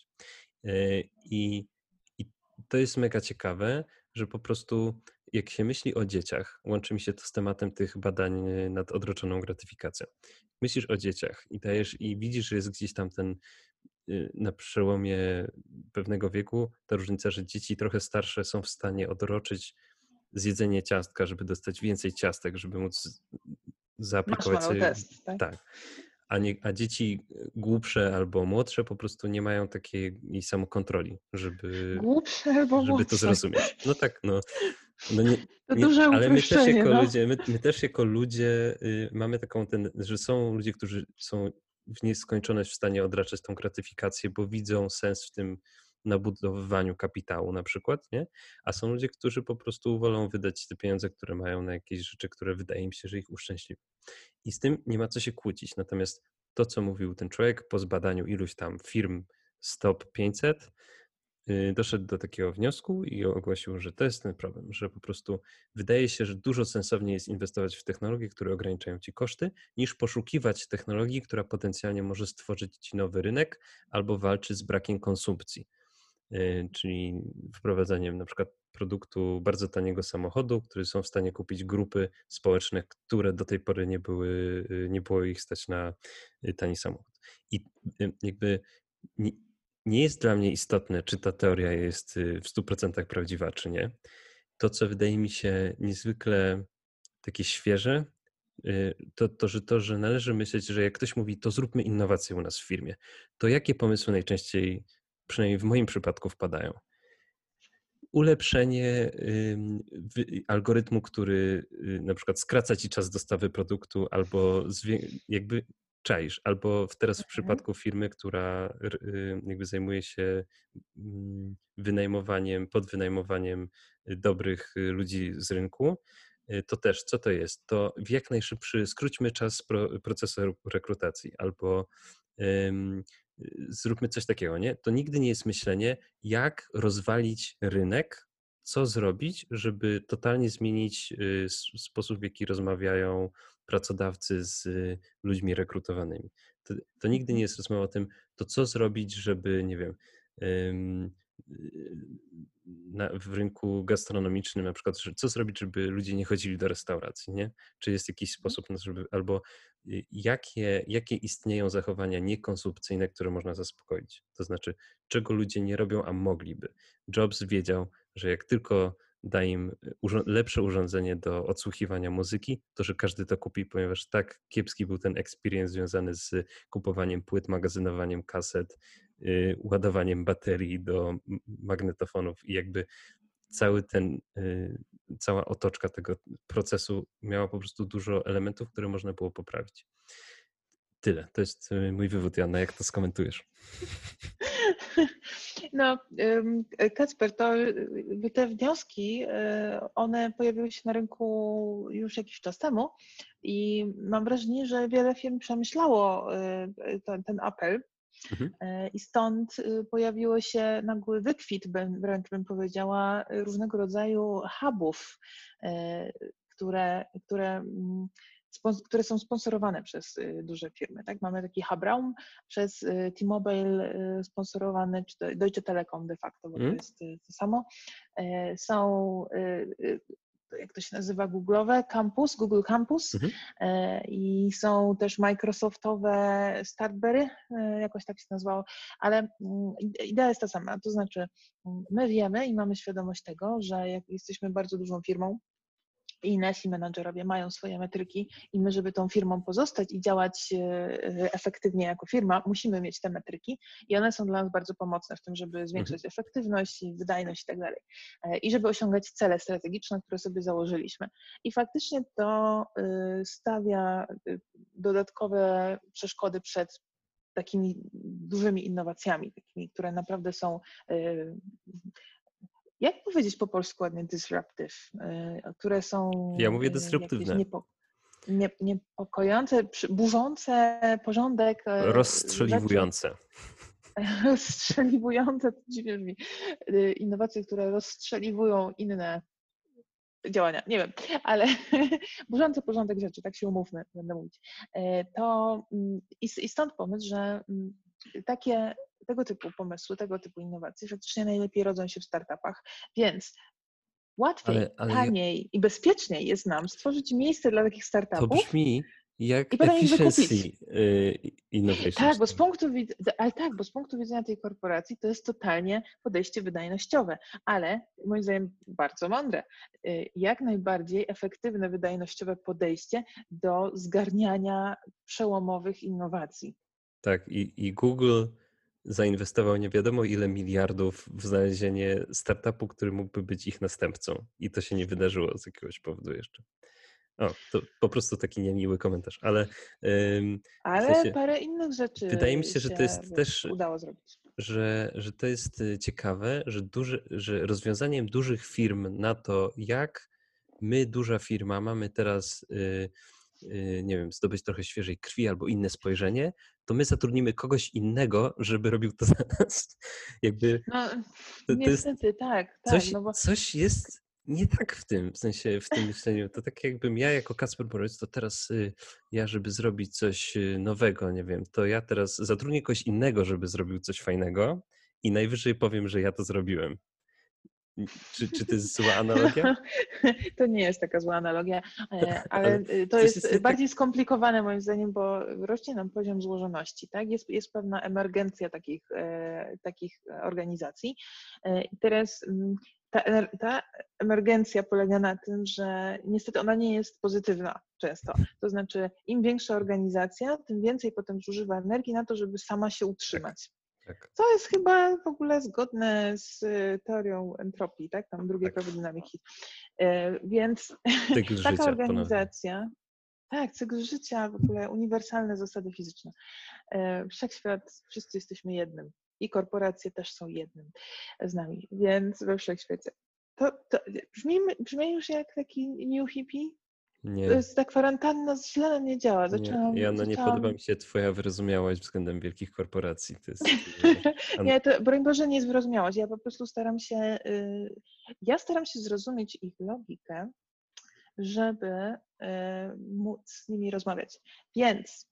I, I to jest mega ciekawe, że po prostu jak się myśli o dzieciach, łączy mi się to z tematem tych badań nad odroczoną gratyfikacją. Myślisz o dzieciach i dajesz i widzisz, że jest gdzieś tam ten na przełomie pewnego wieku ta różnica, że dzieci trochę starsze są w stanie odroczyć zjedzenie ciastka, żeby dostać więcej ciastek, żeby móc zaaplikować Marshmallow sobie, test, tak? tak. A dzieci głupsze albo młodsze po prostu nie mają takiej samokontroli, Głupszy albo żeby to młodszy. zrozumieć. No tak, no nie, To nie, duże ale my też uproszczenie, jako no. ludzie, my też jako ludzie mamy taką że są ludzie, którzy są w nieskończoność w stanie odraczać tą gratyfikację, bo widzą sens w tym nabudowywaniu kapitału na przykład, nie? A są ludzie, którzy po prostu wolą wydać te pieniądze, które mają na jakieś rzeczy, które wydaje im się, że ich uszczęśliwią. I z tym nie ma co się kłócić. Natomiast to, co mówił ten człowiek po zbadaniu iluś tam firm z top 500, doszedł do takiego wniosku i ogłosił, że to jest ten problem, że po prostu wydaje się, że dużo sensowniej jest inwestować w technologie, które ograniczają ci koszty, niż poszukiwać technologii, która potencjalnie może stworzyć ci nowy rynek albo walczy z brakiem konsumpcji. Czyli wprowadzaniem na przykład produktu bardzo taniego samochodu, który są w stanie kupić grupy społeczne, które do tej pory nie było ich stać na tani samochód. I jakby nie, nie jest dla mnie istotne, czy ta teoria jest w 100% prawdziwa, czy nie. To, co wydaje mi się niezwykle takie świeże, że należy myśleć, że jak ktoś mówi, to zróbmy innowację u nas w firmie, to jakie pomysły najczęściej, przynajmniej w moim przypadku, wpadają? Ulepszenie algorytmu, który na przykład skraca ci czas dostawy produktu albo jakby czaisz, albo teraz w Mhm. przypadku firmy, która jakby zajmuje się wynajmowaniem, podwynajmowaniem dobrych ludzi z rynku, to też co to jest? To w jak najszybszy, skróćmy czas procesu rekrutacji albo zróbmy coś takiego, nie? To nigdy nie jest myślenie, jak rozwalić rynek, co zrobić, żeby totalnie zmienić sposób, w jaki rozmawiają pracodawcy z ludźmi rekrutowanymi. To nigdy nie Mhm. jest rozmowa o tym, to co zrobić, żeby, nie wiem, w rynku gastronomicznym na przykład, co zrobić, żeby ludzie nie chodzili do restauracji, nie? Czy jest jakiś sposób, żeby, albo jakie istnieją zachowania niekonsumpcyjne, które można zaspokoić? To znaczy, czego ludzie nie robią, a mogliby. Jobs wiedział, że jak tylko da im lepsze urządzenie do odsłuchiwania muzyki, to że każdy to kupi, ponieważ tak kiepski był ten experience związany z kupowaniem płyt, magazynowaniem kaset, ładowaniem baterii do magnetofonów i jakby cały cała otoczka tego procesu miała po prostu dużo elementów, które można było poprawić. Tyle. To jest mój wywód, Joanna. Jak to skomentujesz? No, Kacper, to te wnioski, one pojawiły się na rynku już jakiś czas temu i mam wrażenie, że wiele firm przemyślało ten apel Mhm. i stąd pojawiło się nagły wykwit, wręcz bym powiedziała, różnego rodzaju hubów, które są sponsorowane przez duże firmy. Tak? Mamy taki hub Raum przez T-Mobile sponsorowany, czy Deutsche Telekom de facto, bo to jest to samo. Są, jak to się nazywa, Google'owe Campus, Google Campus Mhm. i są też Microsoftowe Startberry, jakoś tak się nazywało, ale idea jest ta sama, to znaczy my wiemy i mamy świadomość tego, że jak jesteśmy bardzo dużą firmą, i nasi menadżerowie mają swoje metryki i my, żeby tą firmą pozostać i działać efektywnie jako firma, musimy mieć te metryki i one są dla nas bardzo pomocne w tym, żeby zwiększać efektywność, wydajność i tak dalej. I żeby osiągać cele strategiczne, które sobie założyliśmy. I faktycznie to stawia dodatkowe przeszkody przed takimi dużymi innowacjami, takimi, które naprawdę są, jak powiedzieć po polsku ładnie, disruptive, które są Ja mówię jakieś dysruptywne. niepokojące, burzące porządek. Rozstrzeliwujące. Rozstrzeliwujące, to dziwnie brzmi. Innowacje, które rozstrzeliwują inne działania, nie wiem, ale burzący porządek rzeczy, tak się umówmy, będę mówić. I stąd pomysł, że tego typu pomysły, tego typu innowacje faktycznie najlepiej rodzą się w startupach, więc łatwiej, Ale taniej i bezpieczniej jest nam stworzyć miejsce dla takich to startupów brzmi jak i potem ich efficiency wykupić. innovation. Tak, bo z punktu widzenia tej korporacji to jest totalnie podejście wydajnościowe, ale moim zdaniem bardzo mądre. Jak najbardziej efektywne wydajnościowe podejście do zgarniania przełomowych innowacji. Tak, i Google zainwestował nie wiadomo ile miliardów w znalezienie startupu, który mógłby być ich następcą. I to się nie wydarzyło z jakiegoś powodu jeszcze. O, to po prostu taki niemiły komentarz, ale w Ale sensie parę innych rzeczy wydaje mi się, że to się jest też, udało zrobić. że to jest ciekawe, że rozwiązaniem dużych firm na to, jak my, duża firma, mamy teraz nie wiem, zdobyć trochę świeżej krwi albo inne spojrzenie, to my zatrudnimy kogoś innego, żeby robił to za nas. Jakby No to jest niestety, tak, no bo coś jest nie tak w tym, w sensie w tym myśleniu. To tak jakbym ja jako Kacper Borowiec, to teraz ja, żeby zrobić coś nowego, nie wiem, to ja teraz zatrudnię kogoś innego, żeby zrobił coś fajnego i najwyżej powiem, że ja to zrobiłem. Czy to jest zła analogia? To nie jest taka zła analogia, ale to coś jest nie tak. bardziej skomplikowane moim zdaniem, bo rośnie nam poziom złożoności, tak? Jest pewna emergencja takich organizacji. I teraz ta emergencja polega na tym, że niestety ona nie jest pozytywna często. To znaczy im większa organizacja, tym więcej potem zużywa energii na to, żeby sama się utrzymać. Tak. To jest chyba w ogóle zgodne z teorią entropii, tak? Tam drugie prawo dynamiki. Więc Cykl taka życia ponownie. organizacja, tak, cykl życia, w ogóle uniwersalne zasady fizyczne. Wszechświat, wszyscy jesteśmy jednym i korporacje też są jednym z nami, więc we wszechświecie. To brzmi już jak taki new hippie? Nie. To jest ta kwarantanna źle na mnie działa. Joanna, nie podoba mi się twoja wyrozumiałość względem wielkich korporacji. To jest, Nie, to broń Boże nie jest wyrozumiałość. Ja po prostu staram się zrozumieć ich logikę, żeby móc z nimi rozmawiać. Więc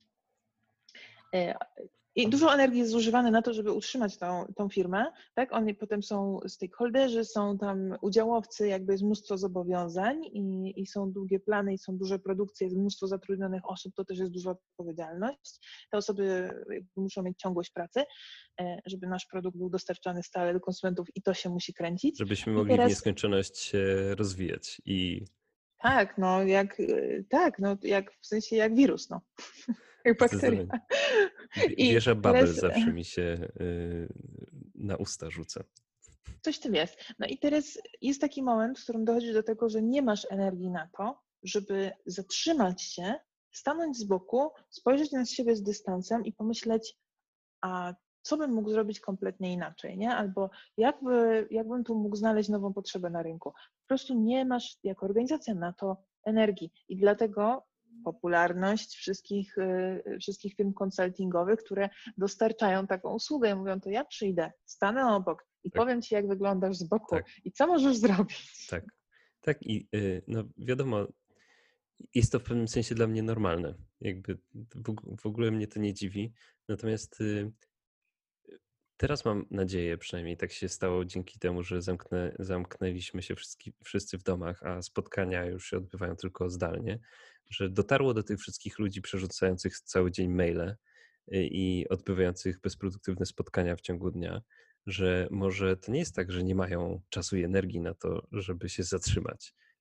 i dużo energii jest zużywane na to, żeby utrzymać tą firmę, tak? Oni potem są stakeholderzy, są tam udziałowcy, jakby jest mnóstwo zobowiązań i są długie plany i są duże produkcje, jest mnóstwo zatrudnionych osób, to też jest duża odpowiedzialność. Te osoby muszą mieć ciągłość pracy, żeby nasz produkt był dostarczany stale do konsumentów i to się musi kręcić. Żebyśmy mogli w nieskończoność się rozwijać i tak, jak w sensie jak wirus, no. Jak bakteria. Wieża Babel zawsze mi się na usta rzuca. Coś w tym jest. No i teraz jest taki moment, w którym dochodzi do tego, że nie masz energii na to, żeby zatrzymać się, stanąć z boku, spojrzeć na siebie z dystansem i pomyśleć, a co bym mógł zrobić kompletnie inaczej, nie? Albo jakbym tu mógł znaleźć nową potrzebę na rynku. Po prostu nie masz jako organizacja na to energii i dlatego popularność wszystkich firm konsultingowych, które dostarczają taką usługę i mówią, to ja przyjdę, stanę obok i powiem ci, jak wyglądasz z boku i co możesz zrobić. Tak i no wiadomo, jest to w pewnym sensie dla mnie normalne. Jakby w ogóle mnie to nie dziwi. Natomiast teraz mam nadzieję, przynajmniej tak się stało dzięki temu, że zamknęliśmy się wszyscy w domach, a spotkania już się odbywają tylko zdalnie, że dotarło do tych wszystkich ludzi przerzucających cały dzień maile i odbywających bezproduktywne spotkania w ciągu dnia, że może to nie jest tak, że nie mają czasu i energii na to, żeby się zatrzymać,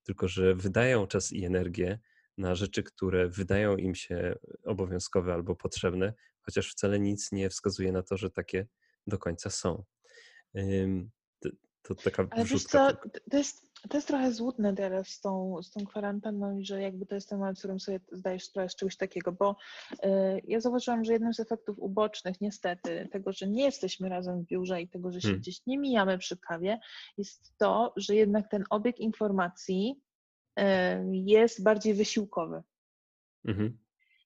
tylko że wydają czas i energię na rzeczy, które wydają im się obowiązkowe albo potrzebne, chociaż wcale nic nie wskazuje na to, że takie do końca są. Ym, To, to taka Ale wiesz wrzutka co, tylko. to jest trochę złudne teraz z tą kwarantanną i że jakby to jest temat, z którym sobie zdajesz sprawę z czegoś takiego, bo ja zauważyłam, że jednym z efektów ubocznych niestety tego, że nie jesteśmy razem w biurze i tego, że się gdzieś nie mijamy przy kawie, jest to, że jednak ten obieg informacji jest bardziej wysiłkowy. Mhm.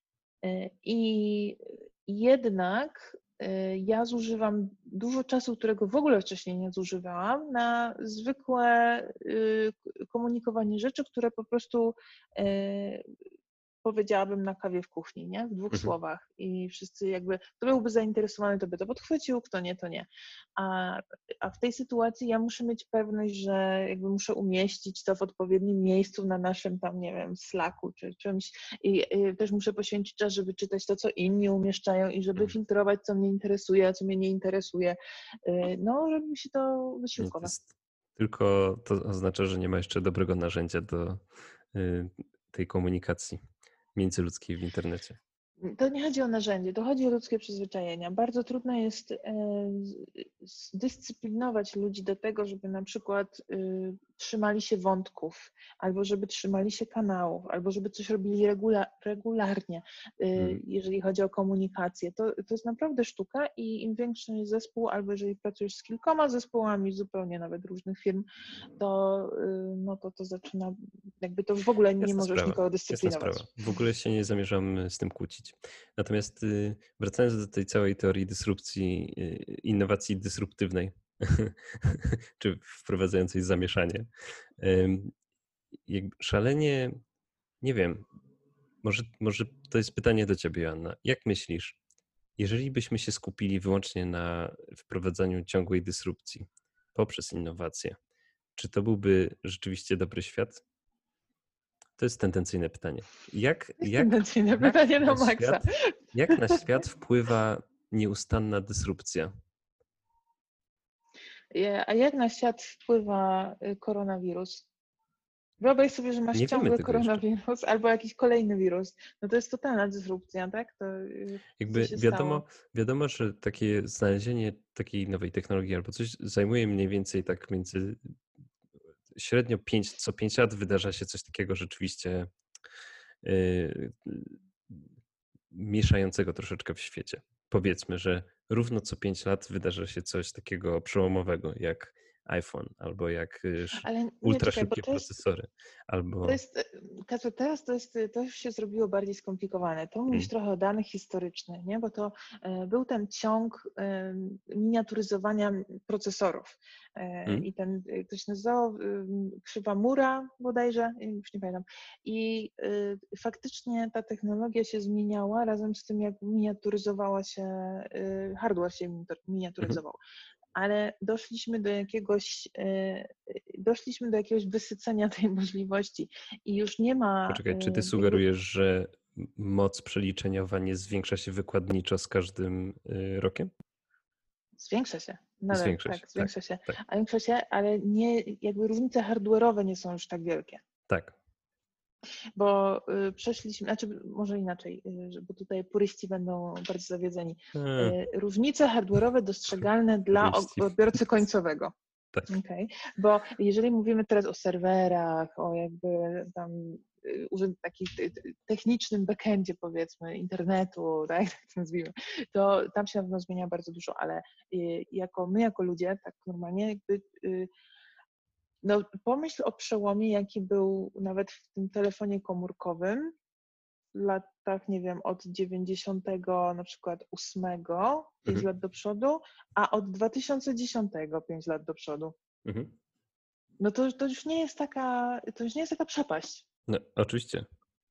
I jednak ja zużywam dużo czasu, którego w ogóle wcześniej nie zużywałam, na zwykłe komunikowanie rzeczy, które po prostu powiedziałabym na kawie w kuchni, nie? W 2 Mhm. słowach i wszyscy jakby, kto byłby zainteresowany, to by to podchwycił, kto nie, to nie. A w tej sytuacji ja muszę mieć pewność, że jakby muszę umieścić to w odpowiednim miejscu na naszym tam, nie wiem, Slacku czy czymś i też muszę poświęcić czas, żeby czytać to, co inni umieszczają i żeby filtrować, co mnie interesuje, a co mnie nie interesuje. No, żeby mi się to wysiłkowe. Tylko to oznacza, że nie ma jeszcze dobrego narzędzia do tej komunikacji międzyludzkiej w internecie. To nie chodzi o narzędzie, to chodzi o ludzkie przyzwyczajenia. Bardzo trudno jest zdyscyplinować ludzi do tego, żeby na przykład trzymali się wątków, albo żeby trzymali się kanałów, albo żeby coś robili regularnie, jeżeli chodzi o komunikację. To jest naprawdę sztuka i im większy jest zespół, albo jeżeli pracujesz z kilkoma zespołami zupełnie nawet różnych firm, to zaczyna, jakby to w ogóle nie możesz nikogo Jasna dyscyplinować. sprawa. W ogóle się nie zamierzam z tym kłócić. Natomiast wracając do tej całej teorii dysrupcji, innowacji dysruptywnej, czy wprowadzającej zamieszanie, jakby szalenie, nie wiem, może to jest pytanie do ciebie, Joanna. Jak myślisz, jeżeli byśmy się skupili wyłącznie na wprowadzaniu ciągłej dysrupcji poprzez innowacje, czy to byłby rzeczywiście dobry świat? To jest tendencyjne pytanie. Jest tendencyjne pytanie na maksa. Jak na świat wpływa nieustanna dysrupcja? A jak na świat wpływa koronawirus? Wyobraź sobie, że masz Nie wiemy ciągle tego jeszcze. koronawirus albo jakiś kolejny wirus. No to jest totalna dysrupcja, tak? To co Jakby się stało? wiadomo, że takie znalezienie takiej nowej technologii albo coś zajmuje mniej więcej tak średnio co 5 lat wydarza się coś takiego rzeczywiście yy, mieszającego troszeczkę w świecie. Powiedzmy, że równo co 5 lat wydarza się coś takiego przełomowego, jak iPhone, albo jak Ale nie, ultra czekaj, bo szybkie procesory, to albo... jest, Kacper, teraz to już się zrobiło bardziej skomplikowane. To mówisz trochę o danych historycznych, nie? Bo to był ten ciąg miniaturyzowania procesorów. I ten, to się nazywało krzywa Mura bodajże, już nie pamiętam. I faktycznie ta technologia się zmieniała razem z tym, jak miniaturyzowała się, hardware się miniaturyzował. Ale doszliśmy do jakiegoś wysycenia tej możliwości i już nie ma... Poczekaj, czy ty sugerujesz, że moc przeliczeniowa nie zwiększa się wykładniczo z każdym rokiem? Zwiększa się. Nadal, Zwiększa się, tak, zwiększa się. tak. A zwiększa się, ale nie, jakby różnice hardware'owe nie są już tak wielkie. Tak. Bo przeszliśmy, znaczy może inaczej, bo tutaj puryści będą bardzo zawiedzeni. Różnice hardware'owe dostrzegalne dla odbiorcy końcowego. Tak. Okay. Bo jeżeli mówimy teraz o serwerach, o jakby tam takim technicznym backendzie, powiedzmy, internetu, tak to nazwijmy, to tam się na pewno zmienia bardzo dużo, ale my jako ludzie, tak normalnie jakby no pomyśl o przełomie, jaki był nawet w tym telefonie komórkowym w latach, nie wiem, od 90 na przykład 8, 5 lat do przodu, a od 2010 5 lat do przodu. No to już nie jest taka przepaść. No, oczywiście.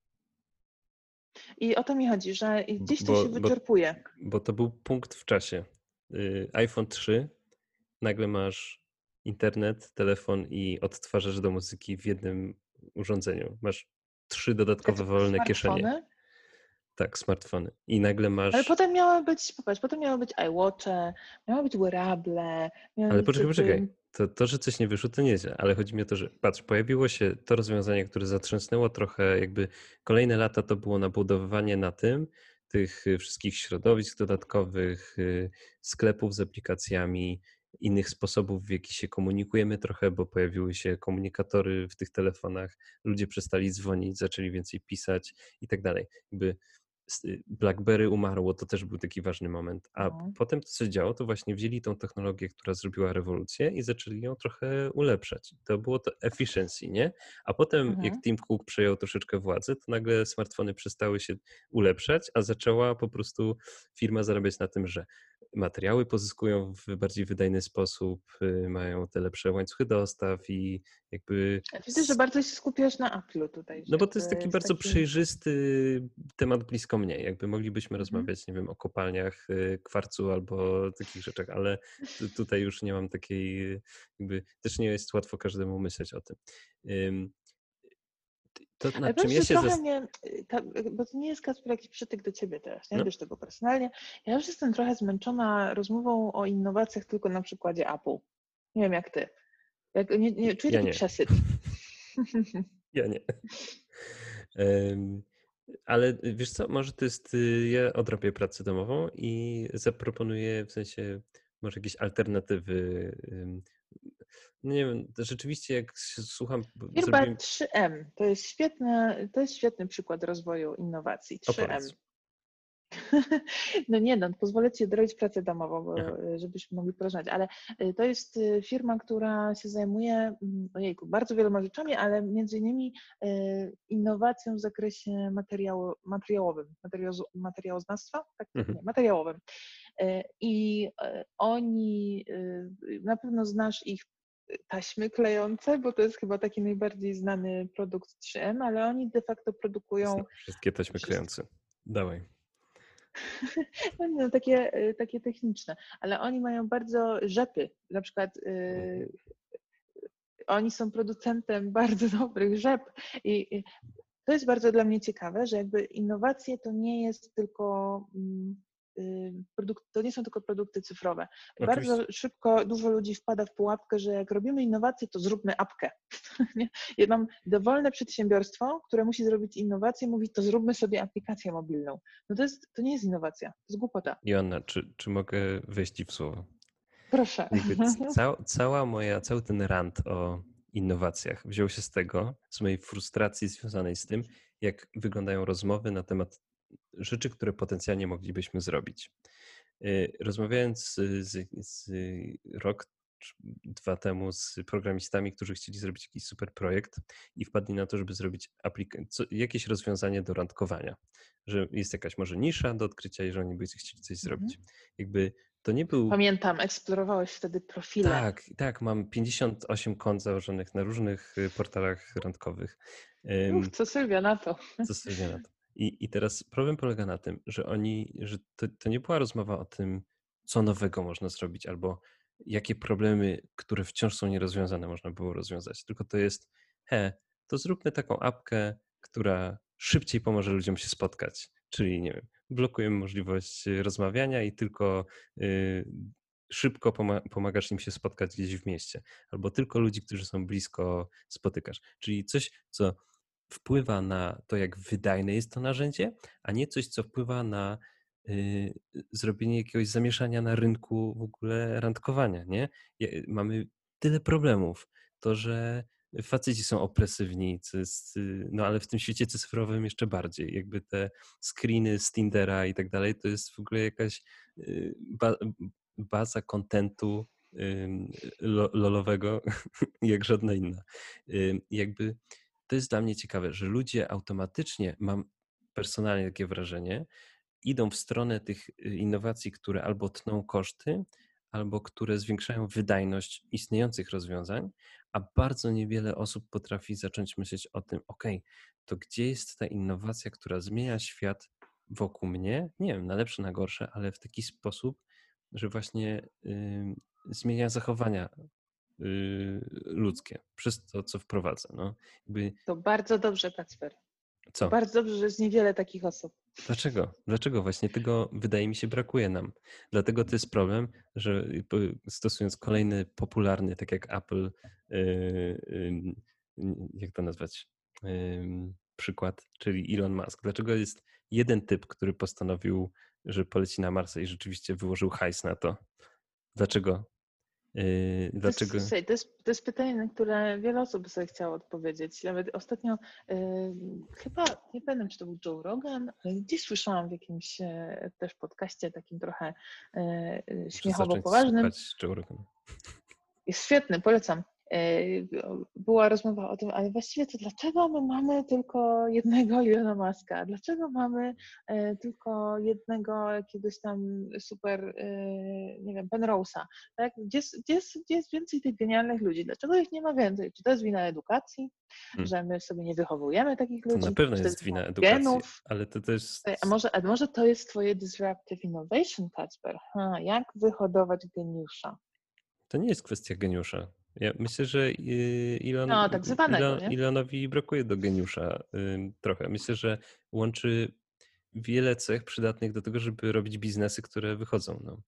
I o to mi chodzi, że gdzieś to się wyczerpuje. Bo to był punkt w czasie. iPhone 3, nagle masz internet, telefon i odtwarzasz do muzyki w jednym urządzeniu. Masz 3 dodatkowe wolne kieszenie. Tak, smartfony. I nagle masz... Ale potem miały być iWatche, miały być wearable. Ale poczekaj. to, że coś nie wyszło, to nieźle, ale chodzi mi o to, że patrz, pojawiło się to rozwiązanie, które zatrzęsnęło trochę jakby kolejne lata to było nabudowywanie na tym, tych wszystkich środowisk dodatkowych, sklepów z aplikacjami, innych sposobów, w jaki się komunikujemy trochę, bo pojawiły się komunikatory w tych telefonach, ludzie przestali dzwonić, zaczęli więcej pisać i tak dalej. Jakby BlackBerry umarło, to też był taki ważny moment. A No. potem to, co się działo, to właśnie wzięli tą technologię, która zrobiła rewolucję i zaczęli ją trochę ulepszać. To było to efficiency, nie? A potem, jak Mhm. Tim Cook przejął troszeczkę władzę, to nagle smartfony przestały się ulepszać, a zaczęła po prostu firma zarabiać na tym, że materiały pozyskują w bardziej wydajny sposób, mają te lepsze łańcuchy dostaw i jakby Widzę, że bardzo się skupiasz na Apple'u tutaj, no że bo to to jest taki jest bardzo taki... przejrzysty temat blisko mnie. Jakby moglibyśmy Mhm. rozmawiać, nie wiem, o kopalniach kwarcu albo takich rzeczach, ale tutaj już nie mam takiej, jakby też nie jest łatwo każdemu myśleć o tym. Ym, To Ale nad powiem czym ci, ja że się trochę mnie, bo to nie jest, Kacper, jakiś przytyk do ciebie teraz, nie no, bierz tego personalnie. Ja już jestem trochę zmęczona rozmową o innowacjach tylko na przykładzie Apple. Nie wiem jak ty. Czuję ja taki nie. przesyt. Ja nie. Ym, Ale wiesz co, może to jest, ja odrobię pracę domową i zaproponuję w sensie może jakieś alternatywy. Nie wiem, to rzeczywiście jak się słucham, Firma zrobiłem 3M to jest świetny przykład rozwoju innowacji. 3M. opowiedz. No nie, no pozwolę ci odrobić pracę domową, Aha. bo, żebyśmy mogli porozmawiać, ale to jest firma, która się zajmuje, ojejku, bardzo wieloma rzeczami, ale między innymi innowacją w zakresie materiałoznawstwa, tak, Mhm. nie, materiałowym. I oni, na pewno znasz ich taśmy klejące, bo to jest chyba taki najbardziej znany produkt 3M, ale oni de facto produkują Znam wszystkie taśmy wszystko. kryjące. Dawaj. No nie, no takie techniczne, ale oni mają bardzo rzepy. Na przykład Mhm. oni są producentem bardzo dobrych rzep i to jest bardzo dla mnie ciekawe, że jakby innowacje to nie jest tylko to nie są tylko produkty cyfrowe. Bardzo Oczywiście. szybko dużo ludzi wpada w pułapkę, że jak robimy innowacje, to zróbmy apkę. Nie? Ja mam dowolne przedsiębiorstwo, które musi zrobić innowację, mówi, to zróbmy sobie aplikację mobilną. No to nie jest innowacja, to jest głupota. Joanna, czy mogę wejść ci w słowo? Proszę. Jakby cały ten rant o innowacjach wziął się z tego, z mojej frustracji związanej z tym, jak wyglądają rozmowy na temat rzeczy, które potencjalnie moglibyśmy zrobić. Rozmawiając z rok czy dwa temu z programistami, którzy chcieli zrobić jakiś super projekt i wpadli na to, żeby zrobić jakieś rozwiązanie do randkowania, że jest jakaś może nisza do odkrycia i że oni by chcieli coś Mhm. zrobić. Jakby to nie był Pamiętam, eksplorowałeś wtedy profile. tak, tak, mam 58 kont założonych na różnych portalach randkowych. Co Sylwia na to? Co sobie na to? I teraz problem polega na tym, że to nie była rozmowa o tym, co nowego można zrobić, albo jakie problemy, które wciąż są nierozwiązane, można było rozwiązać. Tylko to jest, to zróbmy taką apkę, która szybciej pomoże ludziom się spotkać. Czyli, nie wiem, blokujemy możliwość rozmawiania i tylko szybko pomagasz im się spotkać gdzieś w mieście, albo tylko ludzi, którzy są blisko, spotykasz. Czyli coś, co wpływa na to, jak wydajne jest to narzędzie, a nie coś, co wpływa na zrobienie jakiegoś zamieszania na rynku w ogóle randkowania, nie? Mamy tyle problemów. To, że faceci są opresywni, co jest, no ale w tym świecie cyfrowym jeszcze bardziej. Jakby te screeny z Tindera i tak dalej, to jest w ogóle jakaś baza kontentu lolowego, jak żadna inna. Jakby to jest dla mnie ciekawe, że ludzie automatycznie, mam personalnie takie wrażenie, idą w stronę tych innowacji, które albo tną koszty, albo które zwiększają wydajność istniejących rozwiązań, a bardzo niewiele osób potrafi zacząć myśleć o tym, ok, to gdzie jest ta innowacja, która zmienia świat wokół mnie, nie wiem, na lepsze, na gorsze, ale w taki sposób, że właśnie zmienia zachowania ludzkie przez to, co wprowadza. No, jakby To bardzo dobrze, Kacper. To co? bardzo dobrze, że jest niewiele takich osób. Dlaczego? Dlaczego właśnie tego, wydaje mi się, brakuje nam? Dlatego to jest problem, że stosując kolejny popularny, tak jak Apple, jak to nazwać, przykład, czyli Elon Musk. Dlaczego jest jeden typ, który postanowił, że poleci na Marsa i rzeczywiście wyłożył hajs na to? Dlaczego? To jest, Dlaczego? słuchaj, to jest pytanie, na które wiele osób by sobie chciało odpowiedzieć. Nawet ostatnio, chyba, nie pamiętam, czy to był Joe Rogan, ale gdzieś słyszałam w jakimś też podcaście takim trochę Muszę zacząć śmiechowo-poważnym. słuchać Joe Rogana. Jest świetny, polecam. Była rozmowa o tym, ale właściwie to dlaczego my mamy tylko jednego Ilona Muska? Dlaczego mamy tylko jednego jakiegoś tam super, nie wiem, Penrose'a? Tak? Gdzie jest więcej tych genialnych ludzi? Dlaczego ich nie ma więcej? Czy to jest wina edukacji, Hmm. że my sobie nie wychowujemy takich To na ludzi? pewno Czy to jest jest wina wina edukacji, genów? ale to też A może to jest twoje disruptive innovation, Kacper? Jak wyhodować geniusza? to nie jest kwestia geniusza. Ja myślę, że No, tak zwanego, nie? Elonowi brakuje do geniusza trochę. Myślę, że łączy wiele cech przydatnych do tego, żeby robić biznesy, które wychodzą. No.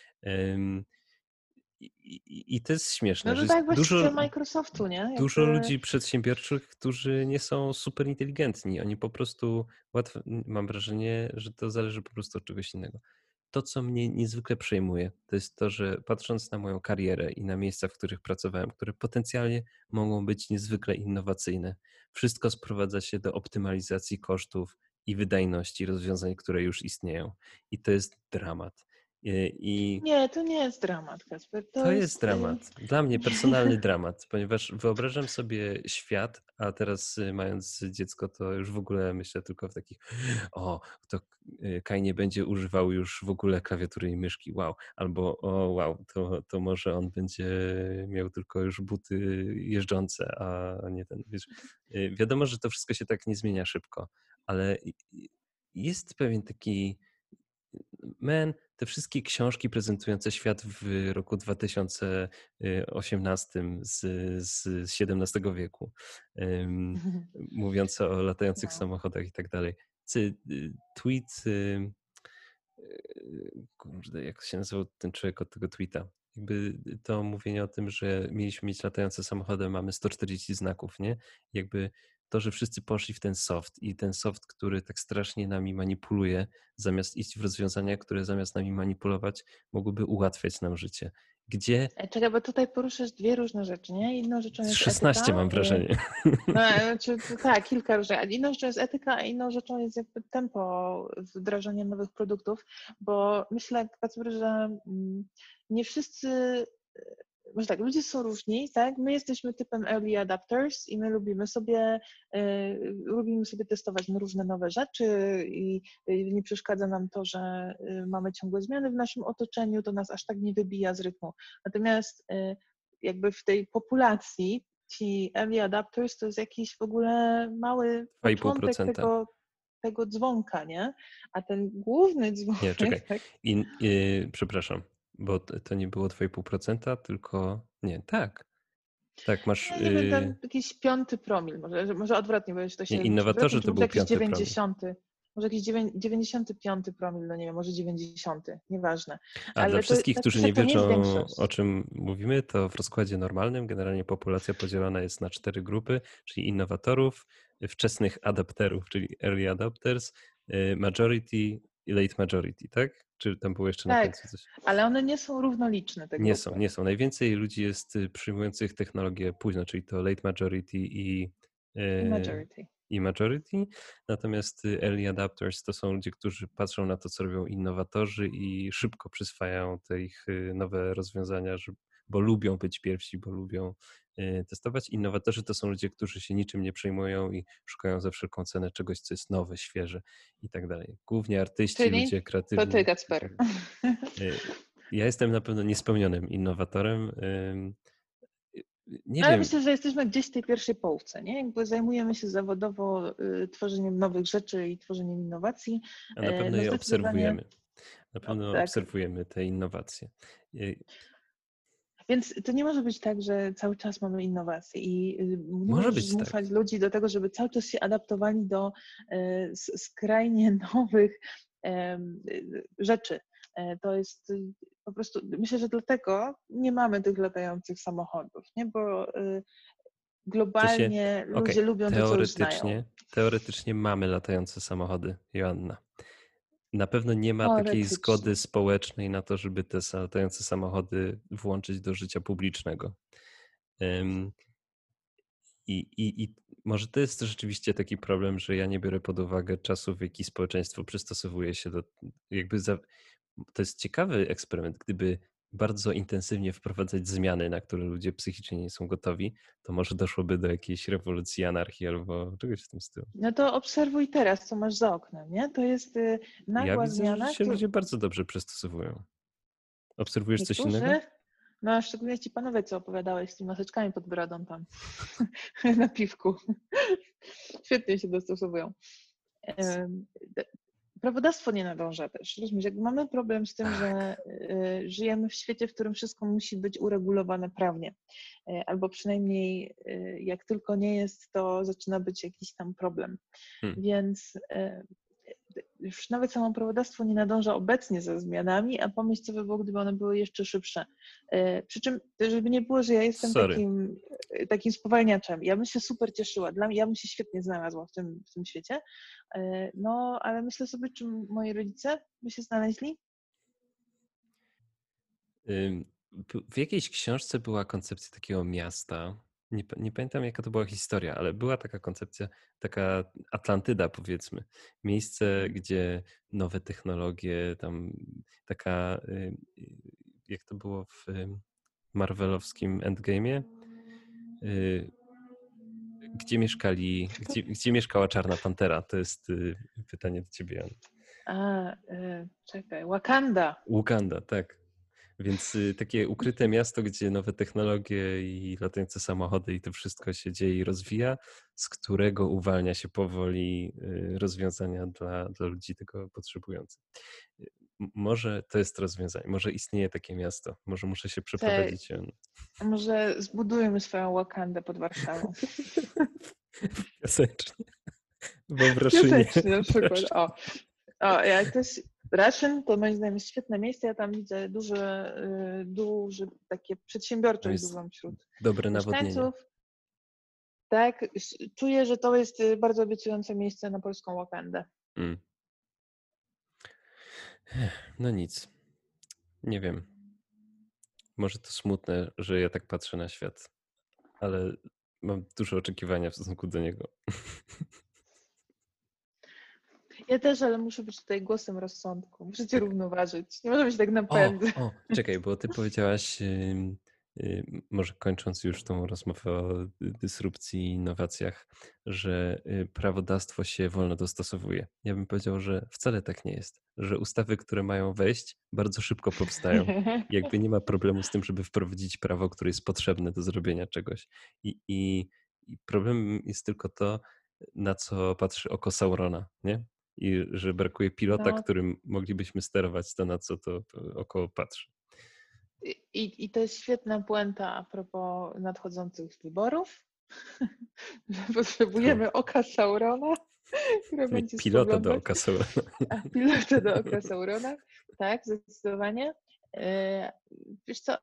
I to jest śmieszne, No że to jest tak właściciel Microsoftu, nie? dużo Jakby, ludzi przedsiębiorczych, którzy nie są super inteligentni. Oni po prostu łatwo, mam wrażenie, że to zależy po prostu od czegoś innego. To, co mnie niezwykle przejmuje, to jest to, że patrząc na moją karierę i na miejsca, w których pracowałem, które potencjalnie mogą być niezwykle innowacyjne, wszystko sprowadza się do optymalizacji kosztów i wydajności rozwiązań, które już istnieją. I to jest dramat. I nie, to nie jest dramat, Kasper. To to jest jest. dramat. Dla mnie personalny dramat, ponieważ wyobrażam sobie świat, a teraz mając dziecko, to już w ogóle myślę tylko w takich, o, to Kaj nie będzie używał już w ogóle klawiatury i myszki, wow. Albo o, wow, to może on będzie miał tylko już buty jeżdżące, a nie ten, wiesz. Wiadomo, że to wszystko się tak nie zmienia szybko, ale jest pewien taki te wszystkie książki prezentujące świat w roku 2018 z XVII wieku, mówiące o latających No. samochodach i tak dalej. Tweet, kurde, jak się nazywał ten człowiek od tego tweeta? Jakby to mówienie o tym, że mieliśmy mieć latające samochody, mamy 140 znaków, nie? Jakby to, że wszyscy poszli w ten soft i ten soft, który tak strasznie nami manipuluje, zamiast iść w rozwiązania, które zamiast nami manipulować, mogłyby ułatwiać nam życie. Gdzie? Czekaj, bo tutaj poruszasz dwie różne rzeczy, nie? Inną rzeczą jest 16 etyka. mam wrażenie. Tak, kilka różnych. Inną rzeczą jest etyka, a inną rzeczą jest jakby tempo wdrażania nowych produktów, bo myślę, Kacper, że nie wszyscy. Może tak, ludzie są różni, tak? My jesteśmy typem early adapters i my lubimy sobie testować różne nowe rzeczy i nie przeszkadza nam to, że mamy ciągłe zmiany w naszym otoczeniu, to nas aż tak nie wybija z rytmu. Natomiast jakby w tej populacji ci early adapters to jest jakiś w ogóle mały początek 2,5%. tego dzwonka, nie? A ten główny Nie, czekaj. dzwonek, tak? Przepraszam, bo to nie było 2,5%, tylko nie, tak. Tak, masz. Nie wiem, tam jakiś piąty promil, może odwrotnie, bo jeśli to Nie, się liczy innowatorzy odwrotnie, to to może był jakiś piąty promil. 90, może jakiś 95 promil, no nie wiem, może 90, nieważne. A dla Ale to wszystkich, tak czy którzy nie siak to nie jest wiedzą, o większość. czym mówimy, to w rozkładzie normalnym generalnie populacja podzielona jest na 4 grupy, czyli innowatorów, wczesnych adapterów, czyli early adopters, majority i late majority, tak? Czy tam było jeszcze na końcu Tak, coś? ale one nie są równoliczne, te Nie są, grupy. nie są. Najwięcej ludzi jest przyjmujących technologię późno, czyli to late majority I e, majority. i majority. Natomiast early adapters to są ludzie, którzy patrzą na to, co robią innowatorzy i szybko przyswajają te ich nowe rozwiązania, bo lubią być pierwsi, bo lubią testować. Innowatorzy to są ludzie, którzy się niczym nie przejmują i szukają za wszelką cenę czegoś, co jest nowe, świeże i tak dalej. Głównie artyści, ludzie Czyli to ty, kreatywni i tak Kacper. dalej. Ja jestem na pewno niespełnionym innowatorem. Nie Ale wiem, myślę, że jesteśmy gdzieś w tej pierwszej połówce, nie? Jakby zajmujemy się zawodowo tworzeniem nowych rzeczy i tworzeniem innowacji. a na pewno No je zdecydowanie, obserwujemy. Na pewno tak. obserwujemy te innowacje. Więc to nie może być tak, że cały czas mamy innowacje i nie Może możesz być tak. zmuszać ludzi do tego, żeby cały czas się adaptowali do skrajnie nowych rzeczy. To jest po prostu, myślę, że dlatego nie mamy tych latających samochodów, nie? Bo W sensie, globalnie ludzie lubią to, co już znają. teoretycznie mamy latające samochody, Joanna. Na pewno nie ma takiej Teoretycznie. zgody społecznej na to, żeby te latające samochody włączyć do życia publicznego. I może to jest rzeczywiście taki problem, że ja nie biorę pod uwagę czasu, w jaki społeczeństwo przystosowuje się do to jest ciekawy eksperyment. Gdyby bardzo intensywnie wprowadzać zmiany, na które ludzie psychicznie nie są gotowi, to może doszłoby do jakiejś rewolucji, anarchii albo czegoś w tym stylu. No to obserwuj teraz, co masz za oknem, nie? To jest Ja nagła widzę, że zmiana, się ludzie bardzo dobrze przystosowują. Obserwujesz coś innego? niektórzy, no szczególnie ci panowie, co opowiadałeś z tymi maseczkami pod brodą tam na piwku, świetnie się dostosowują. Prawodawstwo nie nadąża też. Rozumiesz, jakby mamy problem z tym, Tak. że żyjemy w świecie, w którym wszystko musi być uregulowane prawnie. Albo przynajmniej jak tylko nie jest, to zaczyna być jakiś tam problem. Więc już nawet samo prawodawstwo nie nadąża obecnie za zmianami, a pomyśl, co by było, gdyby one były jeszcze szybsze. Przy czym, żeby nie było, że ja jestem takim spowalniaczem. Ja bym się super cieszyła. Ja bym się świetnie znalazła w tym świecie. No, ale myślę sobie, czy moi rodzice by się znaleźli? W jakiejś książce była koncepcja takiego miasta. Nie pamiętam, jaka to była historia, ale była taka koncepcja, taka Atlantyda, powiedzmy. Miejsce, gdzie nowe technologie, tam taka, jak to było w marvelowskim Endgame'ie, gdzie mieszkała Czarna Pantera? To jest pytanie do ciebie, Jan. Czekaj, Wakanda. Wakanda, tak. Więc takie ukryte miasto, gdzie nowe technologie i latające samochody i to wszystko się dzieje i rozwija, z którego uwalnia się powoli rozwiązania dla ludzi tego potrzebujących. Może to jest rozwiązanie, może istnieje takie miasto, może muszę się przeprowadzić. A może zbudujemy swoją Wakandę pod Warszawą? Piosecznie. W Raszynie. Piosecznie na przykład. Jak to jest Russian, to moim zdaniem jest świetne miejsce. Ja tam widzę duże takie przedsiębiorczość dużą wśród dobre nawodnienie. mieszkańców. Tak, czuję, że to jest bardzo obiecujące miejsce na polską Wakandę. No nic. Nie wiem. Może to smutne, że ja tak patrzę na świat, ale mam duże oczekiwania w stosunku do niego. Ja też, ale muszę być tutaj głosem rozsądku. Muszę cię równoważyć. Nie może być tak napędzać. Czekaj, bo ty powiedziałaś, może kończąc już tą rozmowę o dysrupcji i innowacjach, że prawodawstwo się wolno dostosowuje. Ja bym powiedział, że wcale tak nie jest. Że ustawy, które mają wejść, bardzo szybko powstają. Jakby nie ma problemu z tym, żeby wprowadzić prawo, które jest potrzebne do zrobienia czegoś. I problemem jest tylko to, na co patrzy oko Saurona, nie? I że brakuje pilota, którym moglibyśmy sterować to, na co to oko patrzy. I to jest świetna puenta a propos nadchodzących wyborów, że potrzebujemy oka Saurona, które będzie pilota do oka Saurona. Pilota do oka Saurona, tak, zdecydowanie. Wiesz co,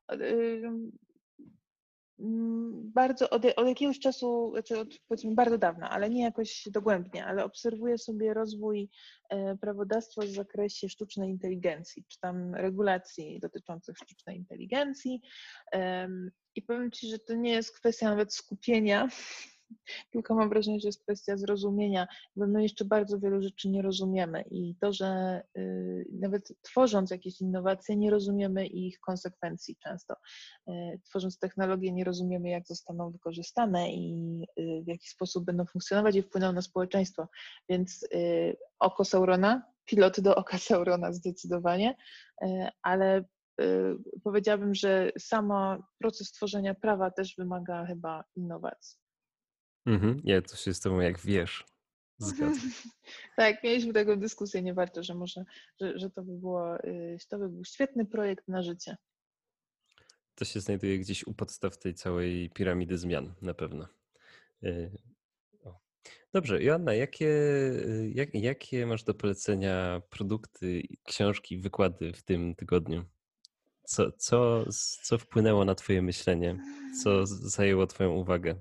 bardzo od jakiegoś czasu, znaczy powiedzmy bardzo dawna, ale nie jakoś dogłębnie, ale obserwuję sobie rozwój prawodawstwa w zakresie sztucznej inteligencji, czy tam regulacji dotyczących sztucznej inteligencji. I powiem Ci, że to nie jest kwestia nawet skupienia, tylko mam wrażenie, że jest kwestia zrozumienia, bo my jeszcze bardzo wielu rzeczy nie rozumiemy i to, że nawet tworząc jakieś innowacje, nie rozumiemy ich konsekwencji często. Tworząc technologie, nie rozumiemy, jak zostaną wykorzystane i w jaki sposób będą funkcjonować i wpłyną na społeczeństwo. Więc oko Saurona, pilot do oka Saurona zdecydowanie, ale powiedziałabym, że sam proces tworzenia prawa też wymaga chyba innowacji. Ja to się z tobą jak wiesz. Zgadzam. Tak, mieliśmy taką dyskusję, nie warto, że może, że to by był świetny projekt na życie. To się znajduje gdzieś u podstaw tej całej piramidy zmian na pewno. O. Dobrze, Joanna, jakie masz do polecenia produkty, książki, wykłady w tym tygodniu? Co wpłynęło na twoje myślenie? Co zajęło twoją uwagę?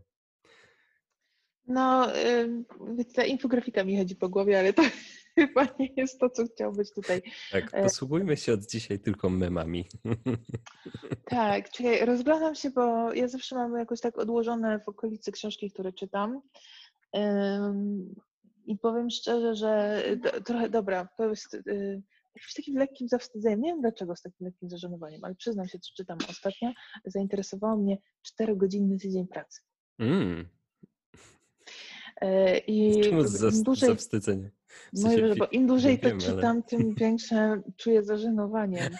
No, ta infografika mi chodzi po głowie, ale to chyba nie jest to, co chciał być tutaj. Tak, posługujmy się od dzisiaj tylko memami. Tak, czekaj, rozglądam się, bo ja zawsze mam jakoś tak odłożone w okolicy książki, które czytam. I powiem szczerze, że trochę, dobra, to jest jakimś takim lekkim zawstydzeniem. Nie wiem dlaczego z takim lekkim zażenowaniem, ale przyznam się, co czytam ostatnio. Zainteresowało mnie 4-godzinny tydzień pracy. Mm. I Czemu im dłużej, zawstydzenie? W no, sensie bo im nie dłużej to wiem, ale... czytam, tym większe czuję zażenowaniem.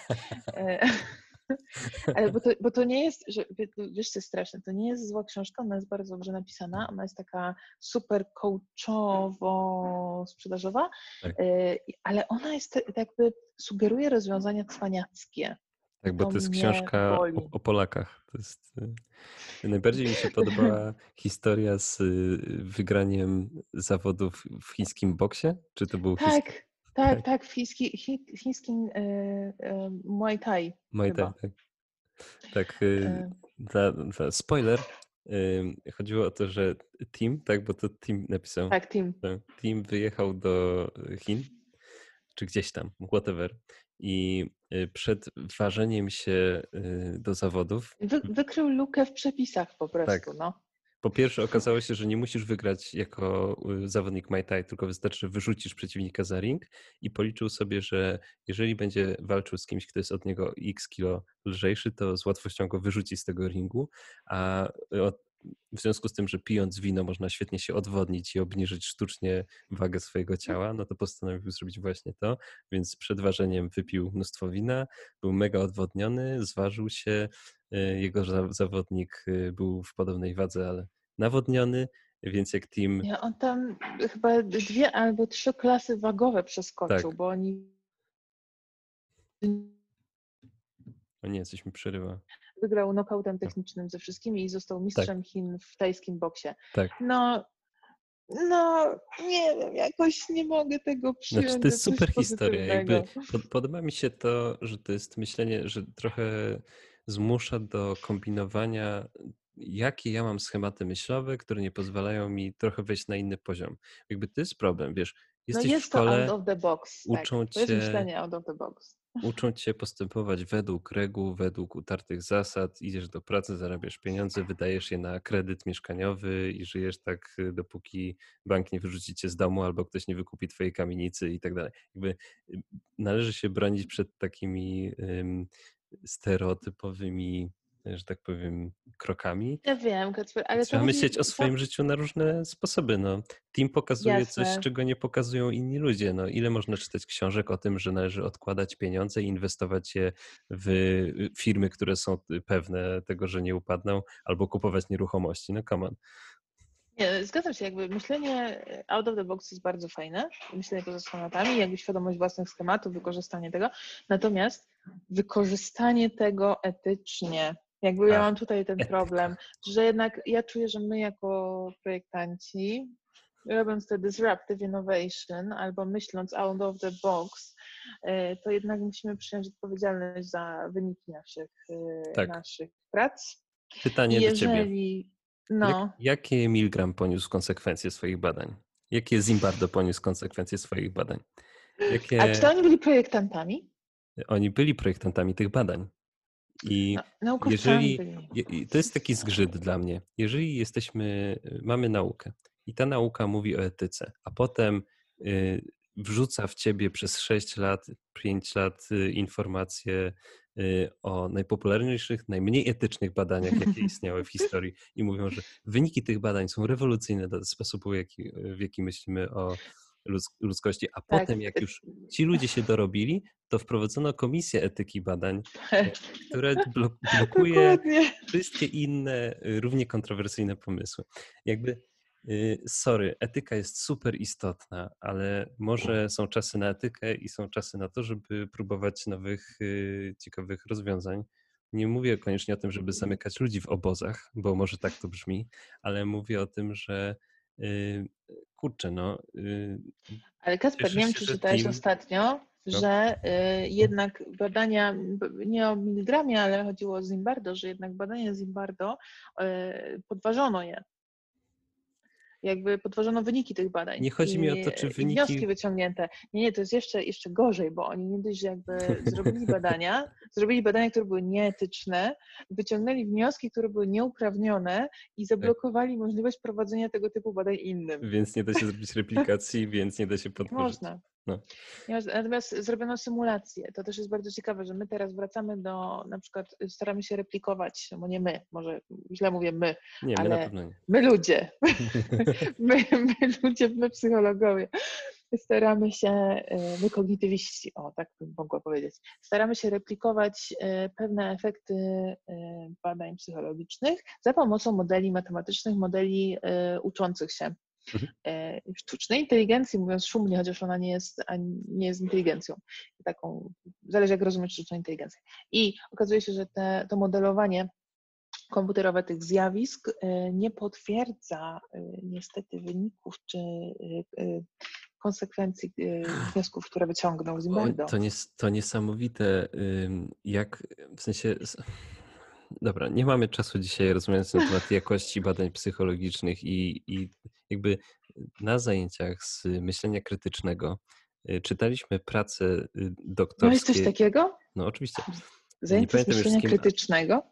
Ale bo to nie jest, że, wiesz co jest straszne, to nie jest zła książka, ona jest bardzo dobrze napisana, ona jest taka super coachowo-sprzedażowa, Tak. Ale ona jest jakby sugeruje rozwiązania cwaniackie. Tak, bo To to jest mnie książka boli. o Polakach. To jest, najbardziej mi się podobała historia z wygraniem zawodów w chińskim boksie. Czy to był chiński? Tak, w chińskim Muay Thai Muay Thai, chyba. tak. Tak, E, spoiler. Chodziło o to, że Tim, tak, bo to Tim napisał. tak, Tim. Tim wyjechał do Chin, czy gdzieś tam, whatever. I przed ważeniem się do zawodów. Wykrył lukę w przepisach po Tak. prostu, no. Po pierwsze okazało się, że nie musisz wygrać jako zawodnik Muay Thai, tylko wystarczy, że wyrzucisz przeciwnika za ring i policzył sobie, że jeżeli będzie walczył z kimś, kto jest od niego x kilo lżejszy, to z łatwością go wyrzuci z tego ringu, a w związku z tym, że pijąc wino można świetnie się odwodnić i obniżyć sztucznie wagę swojego ciała, no to postanowił zrobić właśnie to, więc przed ważeniem wypił mnóstwo wina, był mega odwodniony, zważył się, jego zawodnik był w podobnej wadze, ale nawodniony, więc jak Tim... Nie, on tam chyba 2 albo 3 klasy wagowe przeskoczył, Tak. bo oni O nie, coś mi przerywa. wygrał nokautem technicznym ze wszystkimi i został mistrzem Chin w tajskim boksie. Tak. No, nie wiem, jakoś nie mogę tego przyjąć. Znaczy, to jest za coś super historia. Jakby pozytywnego. podoba mi się to, że to jest myślenie, że trochę zmusza do kombinowania, jakie ja mam schematy myślowe, które nie pozwalają mi trochę wejść na inny poziom. Jakby to jest problem, wiesz, No jesteś w jest to out szkole, of the box, tak. To jest myślenie out of the box. uczą cię postępować według reguł, według utartych zasad, idziesz do pracy, zarabiasz pieniądze, wydajesz je na kredyt mieszkaniowy i żyjesz tak, dopóki bank nie wyrzuci cię z domu albo ktoś nie wykupi twojej kamienicy i tak dalej. Jakby należy się bronić przed takimi stereotypowymi, że tak powiem, krokami. Ja wiem, Kacper, ale to Trzeba chodzi... myśleć o swoim życiu na różne sposoby. No. Team pokazuje coś, Jasne. czego nie pokazują inni ludzie. No, ile można czytać książek o tym, że należy odkładać pieniądze i inwestować je w firmy, które są pewne tego, że nie upadną, albo kupować nieruchomości. No come on. Nie, zgadzam się, jakby myślenie out of the box jest bardzo fajne, myślenie poza schematami, jakby świadomość własnych schematów, wykorzystanie tego, natomiast wykorzystanie tego etycznie, jakby ja mam tutaj ten problem, że jednak ja czuję, że my jako projektanci, robiąc te disruptive innovation albo myśląc out of the box, to jednak musimy przyjąć odpowiedzialność za wyniki naszych prac. Pytanie I do ciebie. no. Jakie Milgram poniósł konsekwencje swoich badań? Jakie Zimbardo poniósł konsekwencje swoich badań? A czy to oni byli projektantami? Oni byli projektantami tych badań. I No, naukowcami jeżeli, byli. to jest taki zgrzyt dla mnie, jeżeli mamy naukę i ta nauka mówi o etyce, a potem wrzuca w ciebie przez 6 lat, 5 lat informacje o najpopularniejszych, najmniej etycznych badaniach, jakie istniały w historii i mówią, że wyniki tych badań są rewolucyjne dla sposobu, w jaki myślimy o ludzkości, a Tak. potem jak już ci ludzie się dorobili, to wprowadzono komisję etyki badań, która blokuje wszystkie inne, równie kontrowersyjne pomysły. Jakby, sorry, etyka jest super istotna, ale może są czasy na etykę i są czasy na to, żeby próbować nowych, ciekawych rozwiązań. nie mówię koniecznie o tym, żeby zamykać ludzi w obozach, bo może tak to brzmi, ale mówię o tym, że kurczę, no Ale Kasper, nie cieszę wiem, się, czy że czytałeś team, ostatnio, no, że jednak badania, nie o miligramie, ale chodziło o Zimbardo, że jednak badania Zimbardo podważono je. Jakby podważono wyniki tych badań nie chodzi mi o to, czy i wnioski wyniki, wyciągnięte. Nie, to jest jeszcze gorzej, bo oni nie dość, że jakby zrobili badania, które były nieetyczne, wyciągnęli wnioski, które były nieuprawnione i tak, zablokowali możliwość prowadzenia tego typu badań innym. więc nie da się zrobić replikacji, więc nie da się Nie podważyć. można. No. Natomiast zrobiono symulację. To też jest bardzo ciekawe, że my teraz wracamy do, na przykład staramy się replikować, bo nie my, może źle mówię my, Nie, my na ale pewno nie. my ludzie, my psychologowie, staramy się, my kognitywiści, o tak bym mogła powiedzieć, staramy się replikować pewne efekty badań psychologicznych za pomocą modeli matematycznych, modeli uczących się. Mhm. Sztucznej inteligencji, mówiąc szumnie, chociaż ona nie jest inteligencją. Taką, zależy jak rozumieć sztuczną inteligencję. I okazuje się, że to modelowanie komputerowe tych zjawisk nie potwierdza niestety wyników czy konsekwencji wniosków, które wyciągnął Zimbardo. To niesamowite, jak w sensie. Dobra, nie mamy czasu dzisiaj rozmawiać na temat jakości badań psychologicznych i jakby na zajęciach z myślenia krytycznego czytaliśmy prace Miałeś coś doktorskie. takiego? No oczywiście. Nie Zajęcie z pamiętam już z myślenia kim. krytycznego?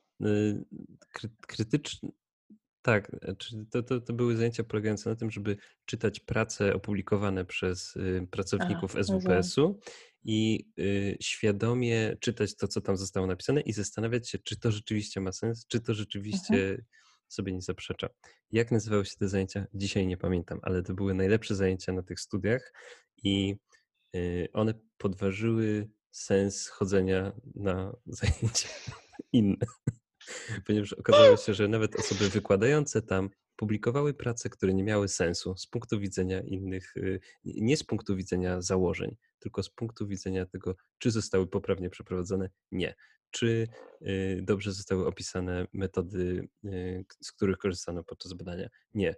Krytyczne. Tak, to były zajęcia polegające na tym, żeby czytać prace opublikowane przez pracowników Rozumiem. SWPS-u i świadomie czytać to, co tam zostało napisane i zastanawiać się, czy to rzeczywiście ma sens, czy to rzeczywiście sobie nie zaprzecza. Jak nazywały się te zajęcia? Dzisiaj nie pamiętam, ale to były najlepsze zajęcia na tych studiach i one podważyły sens chodzenia na zajęcia inne. Ponieważ okazało się, że nawet osoby wykładające tam publikowały prace, które nie miały sensu z punktu widzenia innych, nie z punktu widzenia założeń, tylko z punktu widzenia tego, czy zostały poprawnie przeprowadzone, nie. Czy dobrze zostały opisane metody, z których korzystano podczas badania, nie.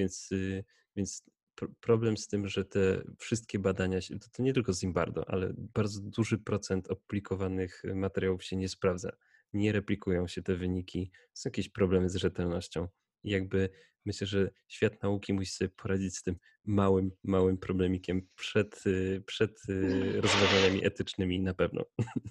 Więc problem z tym, że te wszystkie badania, to nie tylko z Zimbardo, ale bardzo duży procent opublikowanych materiałów się nie sprawdza, nie replikują się te wyniki, są jakieś problemy z rzetelnością. I jakby myślę, że świat nauki musi sobie poradzić z tym małym problemikiem przed rozważaniami etycznymi na pewno.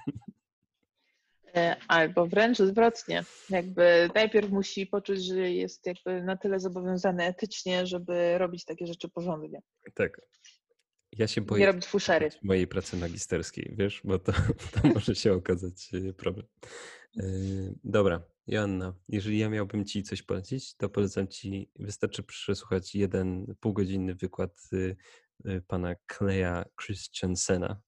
Albo wręcz odwrotnie. Jakby najpierw musi poczuć, że jest jakby na tyle zobowiązany etycznie, żeby robić takie rzeczy porządnie. Tak. Ja się Nie boję robić fuszery. mojej pracy magisterskiej, wiesz, bo to może się okazać problem. Dobra, Joanna, jeżeli ja miałbym ci coś polecić, to polecam ci, wystarczy przesłuchać jeden półgodzinny wykład pana Claya Christensena,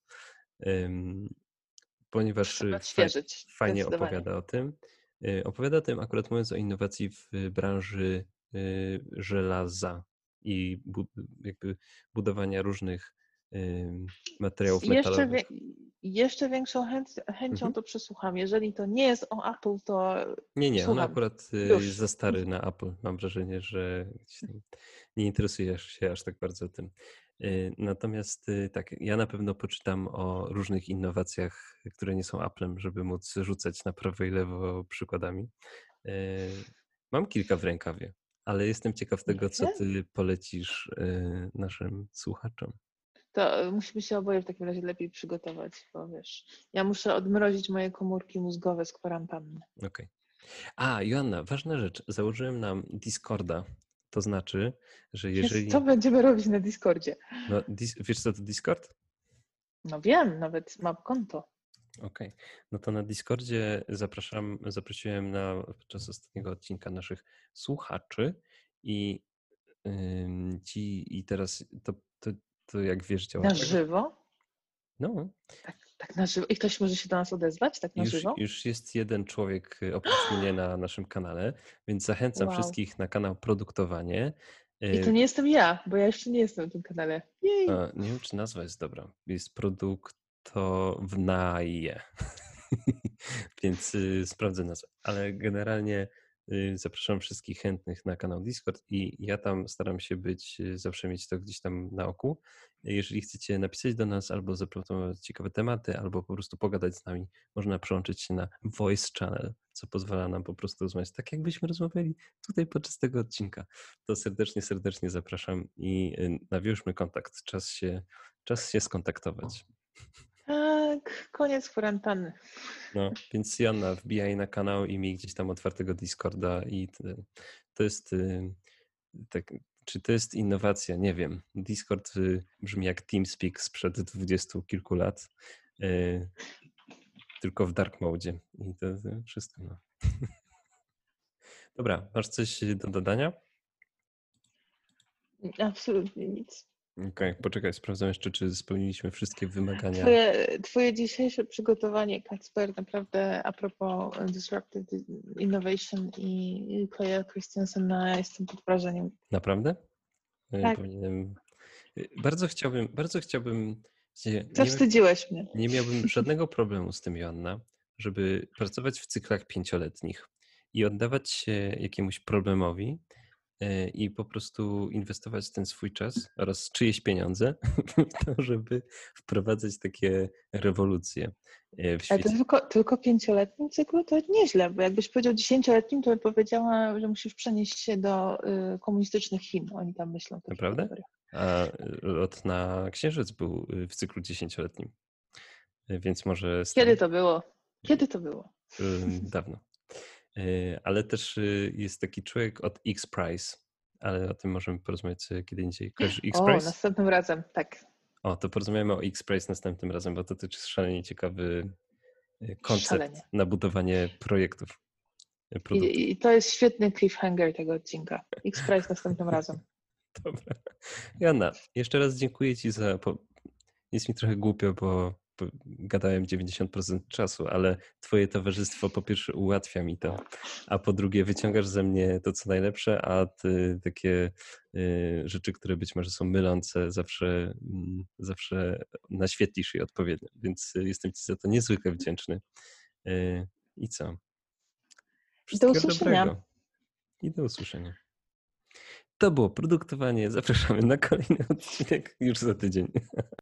ponieważ Trzeba odświeżyć, fajnie zdecydowanie. opowiada o tym. Opowiada o tym akurat mówiąc o innowacji w branży żelaza i jakby budowania różnych materiałów metalowych. Jeszcze większą chęcią to przesłucham. Jeżeli to nie jest o Apple, to Nie, on słucham. akurat jest Już. za stary na Apple. Mam wrażenie, że nie interesujesz się aż tak bardzo tym. Natomiast tak, ja na pewno poczytam o różnych innowacjach, które nie są Applem, żeby móc rzucać na prawo i lewo przykładami. Mam kilka w rękawie, ale jestem ciekaw tego, co Jakie? ty polecisz naszym słuchaczom. To musimy się oboje w takim razie lepiej przygotować, bo wiesz, ja muszę odmrozić moje komórki mózgowe z kwarantanny. Okej. A, Joanna, ważna rzecz. Założyłem nam Discorda. To znaczy, że Co jeżeli... będziemy robić na Discordzie? No, wiesz co to Discord? No wiem, nawet mam konto. Okej. No to na Discordzie zaprosiłem podczas ostatniego odcinka naszych słuchaczy i i teraz to jak wiesz działa Na tak? żywo? No, Tak na żywo. I ktoś może się do nas odezwać tak na żywo? już jest jeden człowiek oprócz mnie na naszym kanale, więc zachęcam Wow. wszystkich na kanał Produktowanie. I to nie jestem ja, bo ja jeszcze nie jestem w tym kanale. Jej. Nie wiem, czy nazwa jest dobra. Jest Produktownaje. Więc sprawdzę nazwę. Ale generalnie zapraszam wszystkich chętnych na kanał Discord i ja tam staram się być, zawsze mieć to gdzieś tam na oku. Jeżeli chcecie napisać do nas albo zaproponować ciekawe tematy, albo po prostu pogadać z nami, można przełączyć się na Voice Channel, co pozwala nam po prostu rozmawiać tak, jakbyśmy rozmawiali tutaj podczas tego odcinka. To serdecznie, serdecznie zapraszam i nawiążmy kontakt. Czas się skontaktować. Tak, koniec kwarantanny. No, więc Joanna, wbijaj na kanał i miej gdzieś tam otwartego Discorda i to jest tak, czy to jest innowacja? Nie wiem. Discord brzmi jak TeamSpeak sprzed 20 kilku lat, tylko w dark mode i to wszystko. No. Dobra, masz coś do dodania? Absolutnie nic. Okej, poczekaj, sprawdzam jeszcze, czy spełniliśmy wszystkie wymagania. Twoje dzisiejsze przygotowanie, Kacper, naprawdę a propos Disruptive Innovation i Claire Christensen, jestem pod wrażeniem. Naprawdę? Tak. Powinienem... Bardzo chciałbym... Zawstydziłeś mnie. Nie miałbym żadnego problemu z tym, Joanna, żeby pracować w cyklach 5-letnich i oddawać się jakiemuś problemowi i po prostu inwestować ten swój czas oraz czyjeś pieniądze w to, żeby wprowadzać takie rewolucje w świecie. Ale to tylko 5-letnim cyklu? To nieźle, bo jakbyś powiedział 10-letnim, to bym powiedziała, że musisz przenieść się do komunistycznych Chin. Oni tam myślą. Naprawdę? A lot na Księżyc był w cyklu 10-letnim, więc może... Kiedy to było? Kiedy to było? Dawno. Ale też jest taki człowiek od X-Prize, ale o tym możemy porozmawiać kiedy indziej. Kojarzysz X-Prize? Następnym razem, tak. O, to porozmawiamy o X-Prize następnym razem, bo to też jest szalenie ciekawy koncept na budowanie projektów. I to jest świetny cliffhanger tego odcinka. X-Prize następnym razem. Dobra. Joanna, jeszcze raz dziękuję Ci za... Jest mi trochę głupio, bo gadałem 90% czasu, ale Twoje towarzystwo po pierwsze ułatwia mi to, a po drugie wyciągasz ze mnie to, co najlepsze, a ty takie rzeczy, które być może są mylące, zawsze naświetlisz je odpowiednio, więc jestem Ci za to niezwykle wdzięczny. I co? Wszystkiego dobrego. I do usłyszenia. To było produktowanie. Zapraszamy na kolejny odcinek już za tydzień.